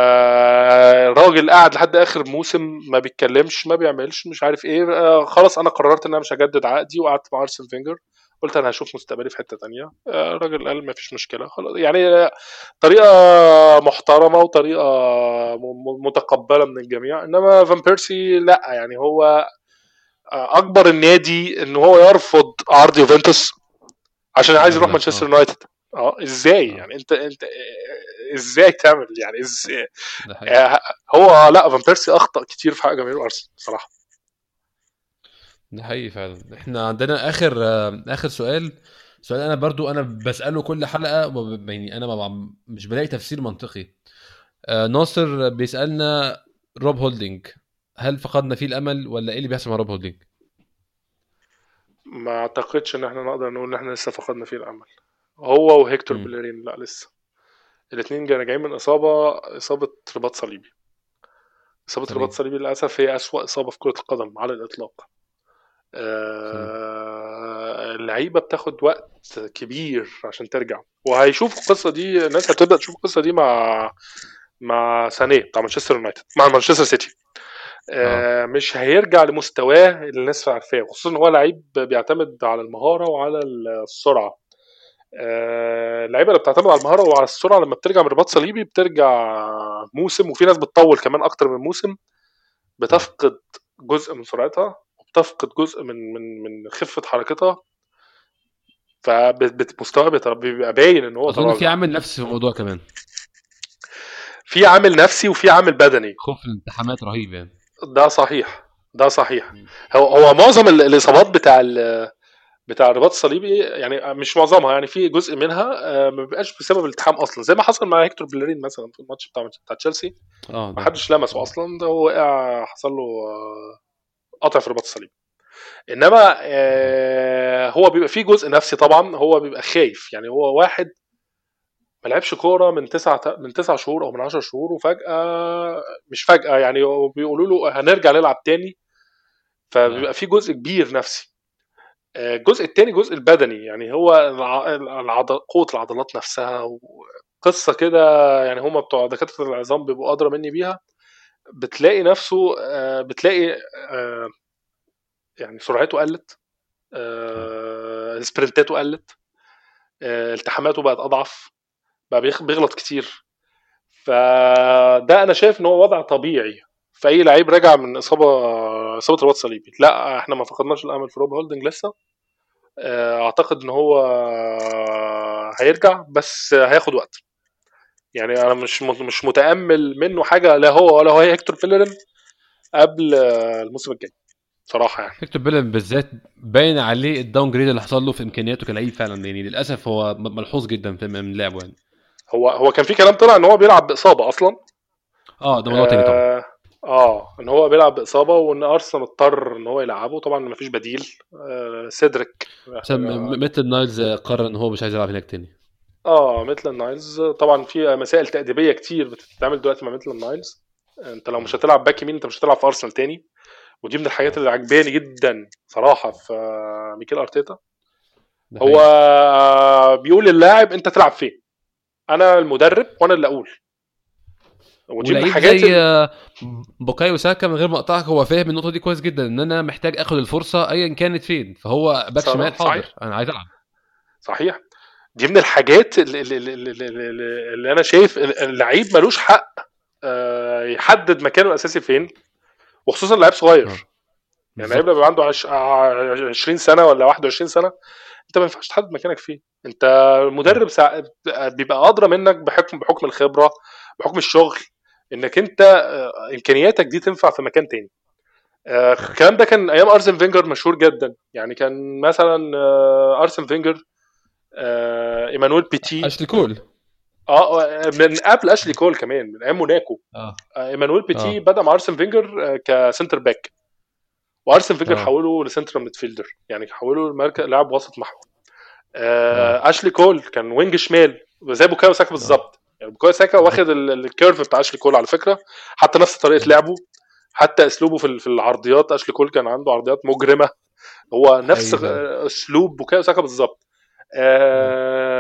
آه، راجل قاعد لحد اخر موسم ما بيتكلمش ما بيعملش مش عارف ايه. آه، خلاص انا قررت ان انا مش هجدد عقدي وقعدت مع ارسن فينجر. قلت انا هشوف مستقبلي في حته تانية. آه، الراجل قال ما فيش مشكله خلاص يعني. آه، طريقه محترمه وطريقه م- م- متقبله من الجميع. انما فان بيرسي لا يعني هو اكبر النادي ان هو يرفض عرض يوفنتوس عشان عايز يروح
لا،
مانشستر
آه.
يونايتد. اه ازاي
آه.
يعني انت انت آه، ازاي تعمل يعني ازاي
ده حقيقي.
آه، هو لا فان بيرسي اخطا كتير في حق جماهير ارسنال بصراحه.
ده حقيقي فعلا. احنا عندنا اخر آه، اخر سؤال. سؤال انا برضو انا بساله كل حلقه وب- يعني انا ما- مش بلاقي تفسير منطقي. آه، ناصر بيسالنا روب هولدنج، هل فقدنا فيه الامل ولا ايه اللي بيحصل مع روب هولدنج؟
ما اعتقدش ان احنا نقدر نقول ان احنا لسه فقدنا فيه الامل. هو وهيكتور
مم.
بيلرين لا لسه. الاثنين جايين من اصابه اصابه رباط صليبي. اصابه رباط
سليم.
صليبي للاسف هي اسوأ اصابه في كره القدم على الاطلاق.
سليم.
آه، اللعيبه بتاخد وقت كبير عشان ترجع، وهيشوفوا القصه دي. الناس هتبدا تشوف القصه دي مع مع سانيه بتاع مانشستر يونايتد مع مانشستر سيتي.
اه.
آه، مش هيرجع لمستواه اللي الناس عارفاه، خصوصا ان هو لعيب بيعتمد على المهاره وعلى السرعه. آه، اللعيبه اللي بتعتمد على المهاره وعلى السرعه لما بترجع من رباط صليبي بترجع موسم، وفي ناس بتطول كمان اكتر من موسم،
اه.
بتفقد جزء من سرعتها وبتفقد جزء من من من خفه حركتها، فمستواه بيبقى باين ان هو
اظن في
تراجع.
عامل نفسي في الموضوع كمان.
في عامل نفسي وفي عامل بدني.
خوف الالتحامات رهيب يعني.
ده صحيح، ده صحيح.
مم.
هو هو معظم ال- الاصابات بتاع ال- بتاع الرباط الصليبي، يعني مش معظمها، يعني في جزء منها آه، ما بيبقاش بسبب الالتحام اصلا، زي ما حصل مع هيكتور بيلرين مثلا في الماتش بتاع بتاع تشيلسي.
اه.
ما
ده
حدش لمسه
اه.
اصلا، ده هو وقع حصل له آه، قطع في الرباط الصليبي. انما
اه.
آه، هو بيبقى فيه جزء نفسي طبعا، هو بيبقى خايف. يعني هو واحد ما لعبش كوره من تسعة من تسع شهور او من عشر شهور، وفجاه مش فجاه يعني بيقولوا له هنرجع نلعب تاني،
اه.
فبيبقى في جزء كبير نفسي. آه، الجزء التاني جزء البدني، يعني هو الع- العض... قوه العضلات نفسها وقصه كده. يعني هما بتوع دكاتره العظام بيبقوا ادرى مني بيها. بتلاقي نفسه آه، بتلاقي آه، يعني سرعته قلت،
اه.
آه، سبرنتاته قلت، آه، التحاماته بقت اضعف، بقى بيخ- بيغلط كتير. فده انا شايف ان هو وضع طبيعي في اي لعيب راجع من اصابه اصابه رباط صليبي. لا احنا ما فقدناش الامل في روب هولدنج لسه. آه، اعتقد ان هو هيرجع بس هياخد وقت. يعني انا مش مش متامل منه حاجه، لا هو ولا هو هيكتور فيلرين قبل آه، الموسم الجاي صراحه يعني.
هيكتور بيلن بالذات باين عليه الداون جريد اللي حصل له في امكانياته كلاعب فعلا، يعني للاسف هو م- ملحوظ جدا في من لعبه يعني.
هو هو كان في كلام طلع ان هو بيلعب باصابه اصلا.
اه ده موضوع تاني طبعا.
اه, آه ان هو بيلعب باصابه، وان ارسنال اضطر ان هو يلعبه، طبعا ما فيش بديل. آه سيدريك
عشان
محتاجه.
م- ميتل نايلز قرر ان هو مش عايز يلعب هناك تاني.
اه مثل النايلز طبعا في مسائل تأديبية كتير بتتعمل دلوقتي مع مثل النايلز. انت لو مش
مم.
هتلعب باك يمين انت مش هتلعب في ارسنال تاني. ودي من الحاجات
اه
اللي عجباني جدا صراحة في آه، ميكيل ارتيتا.
ده
هو
حقيقي.
بيقول للاعب انت تلعب فين، انا المدرب وانا اللي اقول. ودي من
ولعيب
الحاجات
زي
اللي
آه، بوكايو ساكا من غير ما اقطعك هو فاهم النقطه دي كويس جدا، ان انا محتاج اخد الفرصه ايا كانت فين، فهو باك شمال حاضر
صحيح،
انا عايز العب.
صحيح. دي من الحاجات اللي, اللي, اللي, اللي, اللي انا شايف اللعيب ملوش حق آه، يحدد مكانه الاساسي فين، وخصوصا لعيب
اه
صغير. يعني لعيب لما
بالظبط.
عنده عش... عشرين سنه ولا واحد وعشرين سنه، انت ما ينفعش تحدد مكانك فيه. انت
اه
المدرب سا... بيبقى ادرى منك بحكم بحكم الخبره، بحكم الشغل، انك انت آه، امكانياتك دي تنفع في مكان تاني. آه،
اه.
الكلام ده كان ايام ارسن فينجر مشهور جدا. يعني كان مثلا آه، ارسن فينجر، آه، ايمانويل بيتي.
اشلي كول.
اه آه، من قبل اشلي كول كمان من ايام موناكو.
اه.
آه، ايمانويل بيتي
اه.
بدا مع ارسن فينجر آه، كسنتر باك، وارسن فينجر
اه.
حوله لسنترال ميدفيلدر، يعني حوله لمركز لاعب وسط محور.
اه.
آه، اشلي كول كان وينج شمال زي بوكايو ساكا
اه
بالظبط. يعني بوكايو ساكا واخد
بالظبط.
ال- ال- الكيرف بتاع اشلي كول على فكره، حتى نفس طريقه
اه
لعبه، حتى اسلوبه في ال- في العرضيات. اشلي كول كان عنده عرضيات مجرمه، هو نفس
حقيقي فعلا.
غ- اسلوب بوكايو ساكا بالظبط.
اه.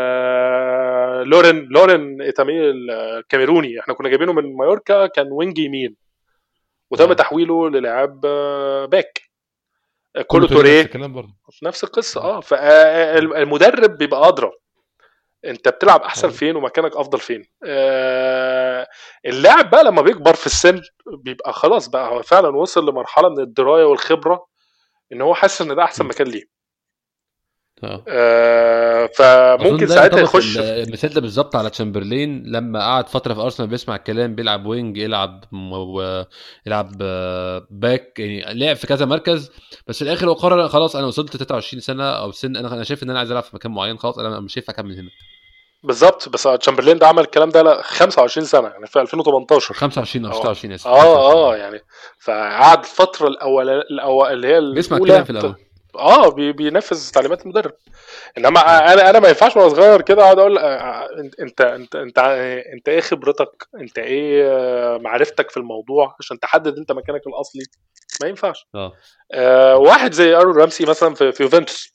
آه، لورين لورين ايتامي الكاميروني احنا كنا جايبينه من مايوركا، كان وينج يمين وتم
اه
تحويله للاعب آه، باك. آه،
كله
كولو
توري نفس
توريه
الكلام برضه.
نفس القصه.
اه.
اه فالمدرب بيبقى ادرى انت بتلعب احسن
حقيقي.
فين ومكانك افضل فين. آه اللاعب بقى لما بيكبر في السن بيبقى خلاص بقى هو فعلا وصل لمرحله من الدرايه والخبره، ان هو حاسس ان ده احسن
م.
مكان ليه.
اه
آه
اظن
فممكن
ده
ساعتها
ينطبق
يخش.
ال- المثال ده بالظبط على تشامبرلين لما قعد فتره في ارسنال بيسمع الكلام، بيلعب وينج، يلعب م- و- يلعب آه، باك، يعني لعب في كذا مركز، بس في الاخر هو قرر خلاص انا وصلت تلاتة وعشرين سنه او سن، انا انا شايف ان انا عايز العب في مكان معين، خلاص انا مش هينفع اكمل هنا.
بالظبط. بس تشامبرلين ده عمل الكلام ده لا خمسة وعشرين سنه يعني في ألفين وتمنتاشر.
خمسة وعشرين او
اه
ستة وعشرين، اسف،
اه
خمسة وعشرين.
اه
اه
يعني فقعد الفتره الاول الاول اللي هي
بيسمع الكلام
الاولى
في
ت-
الاول.
اه بي- بينفذ تعليمات المدرب. انما
اه
انا انا ما ينفعش وانا صغير كده اقعد اقول آه، انت انت انت انت ايه خبرتك، انت ايه آه، معرفتك في الموضوع عشان تحدد انت مكانك الاصلي. ما ينفعش.
اه
آه واحد زي ارون رامسي مثلا في في يوفنتوس،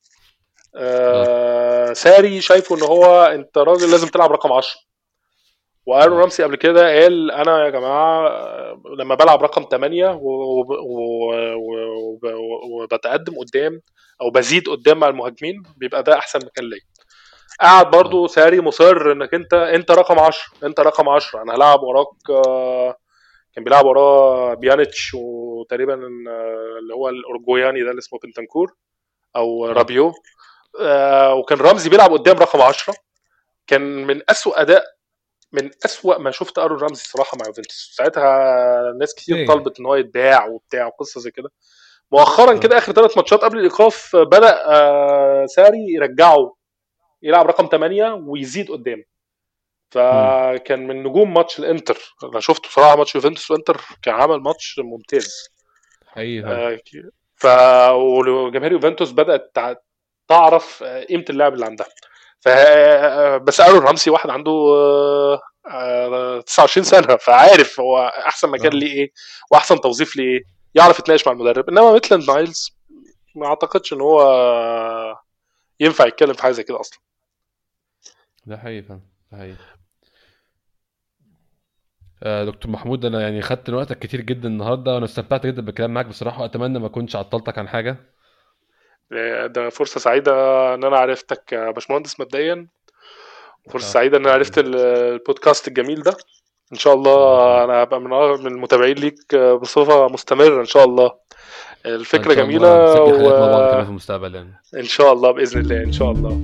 اه
آه ساري شايفه ان هو انت راجل لازم تلعب رقم عشرة. وارون
اه
رامسي قبل كده قال انا يا جماعه آه، لما بلعب رقم تمانية وب- و- و- وب- وبتقدم قدام او بزيد قدام مع المهاجمين بيبقى ده احسن مكان ليا. قاعد
اه
برضو ساري مصر انك انت انت رقم عشرة، انت رقم عشرة، انا هلعب وراك. آه، كان بيلعب وراه بيانيتش وتقريبا آه، اللي هو الاورجوياني ده اللي اسمه بنتنكور او
اه
رابيو. آه، وكان رمزي بيلعب قدام رقم عشرة. كان من أسوأ اداء، من أسوأ ما شفت ارون رمزي صراحه مع يوفنتوس. ساعتها ناس كتير
ايه
طلبت ان هو يتباع وبتاع وقصه زي كده. مؤخرا
اه
كده اخر ثلاث ماتشات قبل الايقاف بدا آه، ساري يرجعه يلعب رقم تمانية ويزيد قدام.
امم
فكان من نجوم ماتش الانتر. انا شفته بصراحه ماتش يوفنتوس وانتر، كان عمل ماتش ممتاز.
حقيقي فعلا.
آه، ف وجماهير يوفنتوس بدات تع- تعرف آه، قيمه اللاعب اللي عندها. ف آه، بس ارون رامسي واحد عنده آه، آه، تسعة وعشرين سنه، فعارف هو احسن مكان
اه
ليه ايه واحسن توظيف ليه ايه، يعرف يتناقش مع المدرب. انما ميتلاند نايلز ما اعتقدش ان هو ينفع يتكلم في حاجه زي كده اصلا.
ده حقيقي فعلا، ده حقيقي. آه دكتور محمود، انا يعني خدت من وقتك كتير جدا النهارده، وانا استمتعت جدا بالكلام معاك بصراحه، واتمنى ما اكونش عطلتك عن حاجه.
ده فرصة سعيدة ان انا عرفتك يا باشمهندس مبدئيا. فرصة
اه
سعيدة ان انا
الله
عرفت
يخليك.
ال- البودكاست الجميل ده. ان شاء
الله
الله
يخليك.
انا هبقى من من المتابعين ليك بصفة مستمرة ان شاء الله.
ان
الفكرة
شاء الله
جميلة
نسجل حلقات مع بعض كمان في
وان
المستقبل يعني.
شاء الله بإذن الله ان شاء الله.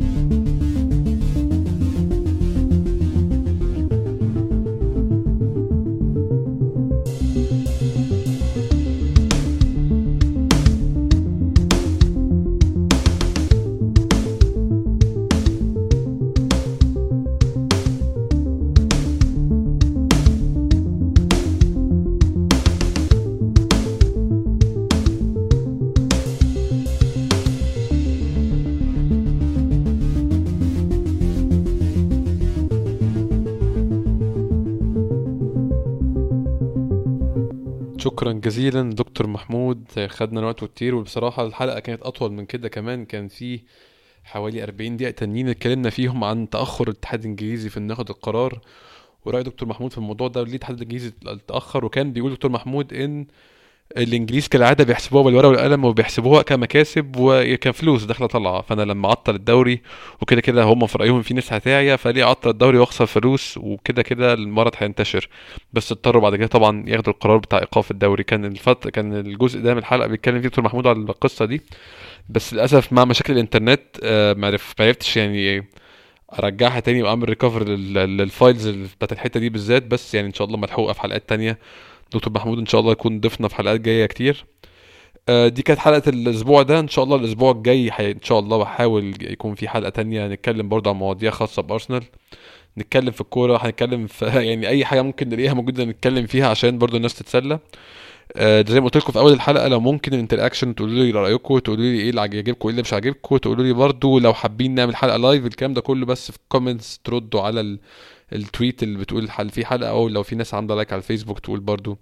شكرا جزيلا دكتور محمود، خدنا وقت كتير، وبصراحه الحلقه كانت اطول من كده كمان، كان في حوالي أربعين دقيقه تانيين اتكلمنا فيهم عن تاخر الاتحاد الانجليزي في انه ياخد القرار، وراي دكتور محمود في الموضوع ده، وليه الاتحاد الانجليزي اتاخر. وكان بيقول دكتور محمود ان الانجليز كالعاده بيحسبوها بالورقه والقلم وبيحسبوها كمكاسب وكان فلوس داخله طالعه، فانا لما عطل الدوري وكده كده هم في رايهم في ناس هتاعيه، فليه عطل الدوري واخسر فلوس وكده كده المرض هينتشر. بس اضطروا بعد كده طبعا ياخدوا القرار بتاع ايقاف الدوري. كان الفت... كان الجزء ده من الحلقه بيتكلم فيه دكتور محمود على القصه دي، بس للاسف مع مشاكل الانترنت آه، معرف معرفتش يعني ارجعها تاني واعمل ريكفر للفايلز بتاعت الحته دي بالذات، بس يعني ان شاء الله ملحوقه في حلقات تانية. دكتور محمود ان شاء الله يكون ضيفنا في حلقات جايه كتير. آه، دي كانت حلقه الاسبوع ده، ان شاء الله الاسبوع الجاي حي... ان شاء الله بحاول يكون في حلقه تانية نتكلم برضه عن مواضيع خاصه بارسنال، نتكلم في الكوره، هنتكلم في يعني اي حاجه ممكن نلاقيها موجوده نتكلم فيها عشان برضه الناس تتسلى. آه، زي ما قلت لكم في اول الحلقه، لو ممكن الانتراكشن تقولوا لي رايكم، تقولوا لي ايه اللي عجبكم وايه اللي مش عاجبكم، تقولوا لي برضه لو حابين نعمل حلقه لايف، الكلام ده كله بس في الكومنتس تردوا على ال... التويت اللي بتقول حل في حلقه، او لو في ناس عامله لايك على الفيسبوك تقول برضه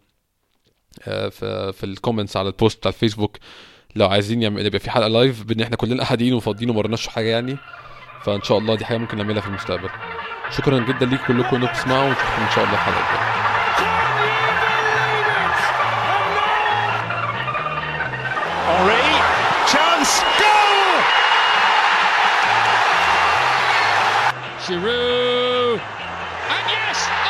آه، في في الكومنتس على البوست بتاع الفيسبوك لو عايزين يعمل يبقى في حلقه لايف بان احنا كلنا قاعدين وفاضيين وما ورناش حاجه يعني. فان شاء الله دي حاجه ممكن نعملها في المستقبل. شكرا جدا ليكم كلكم انكم تسمعوا، ونشوفكم ان شاء الله الحلقه الجايه.
Henri, chance, goal! Giroud, and yes!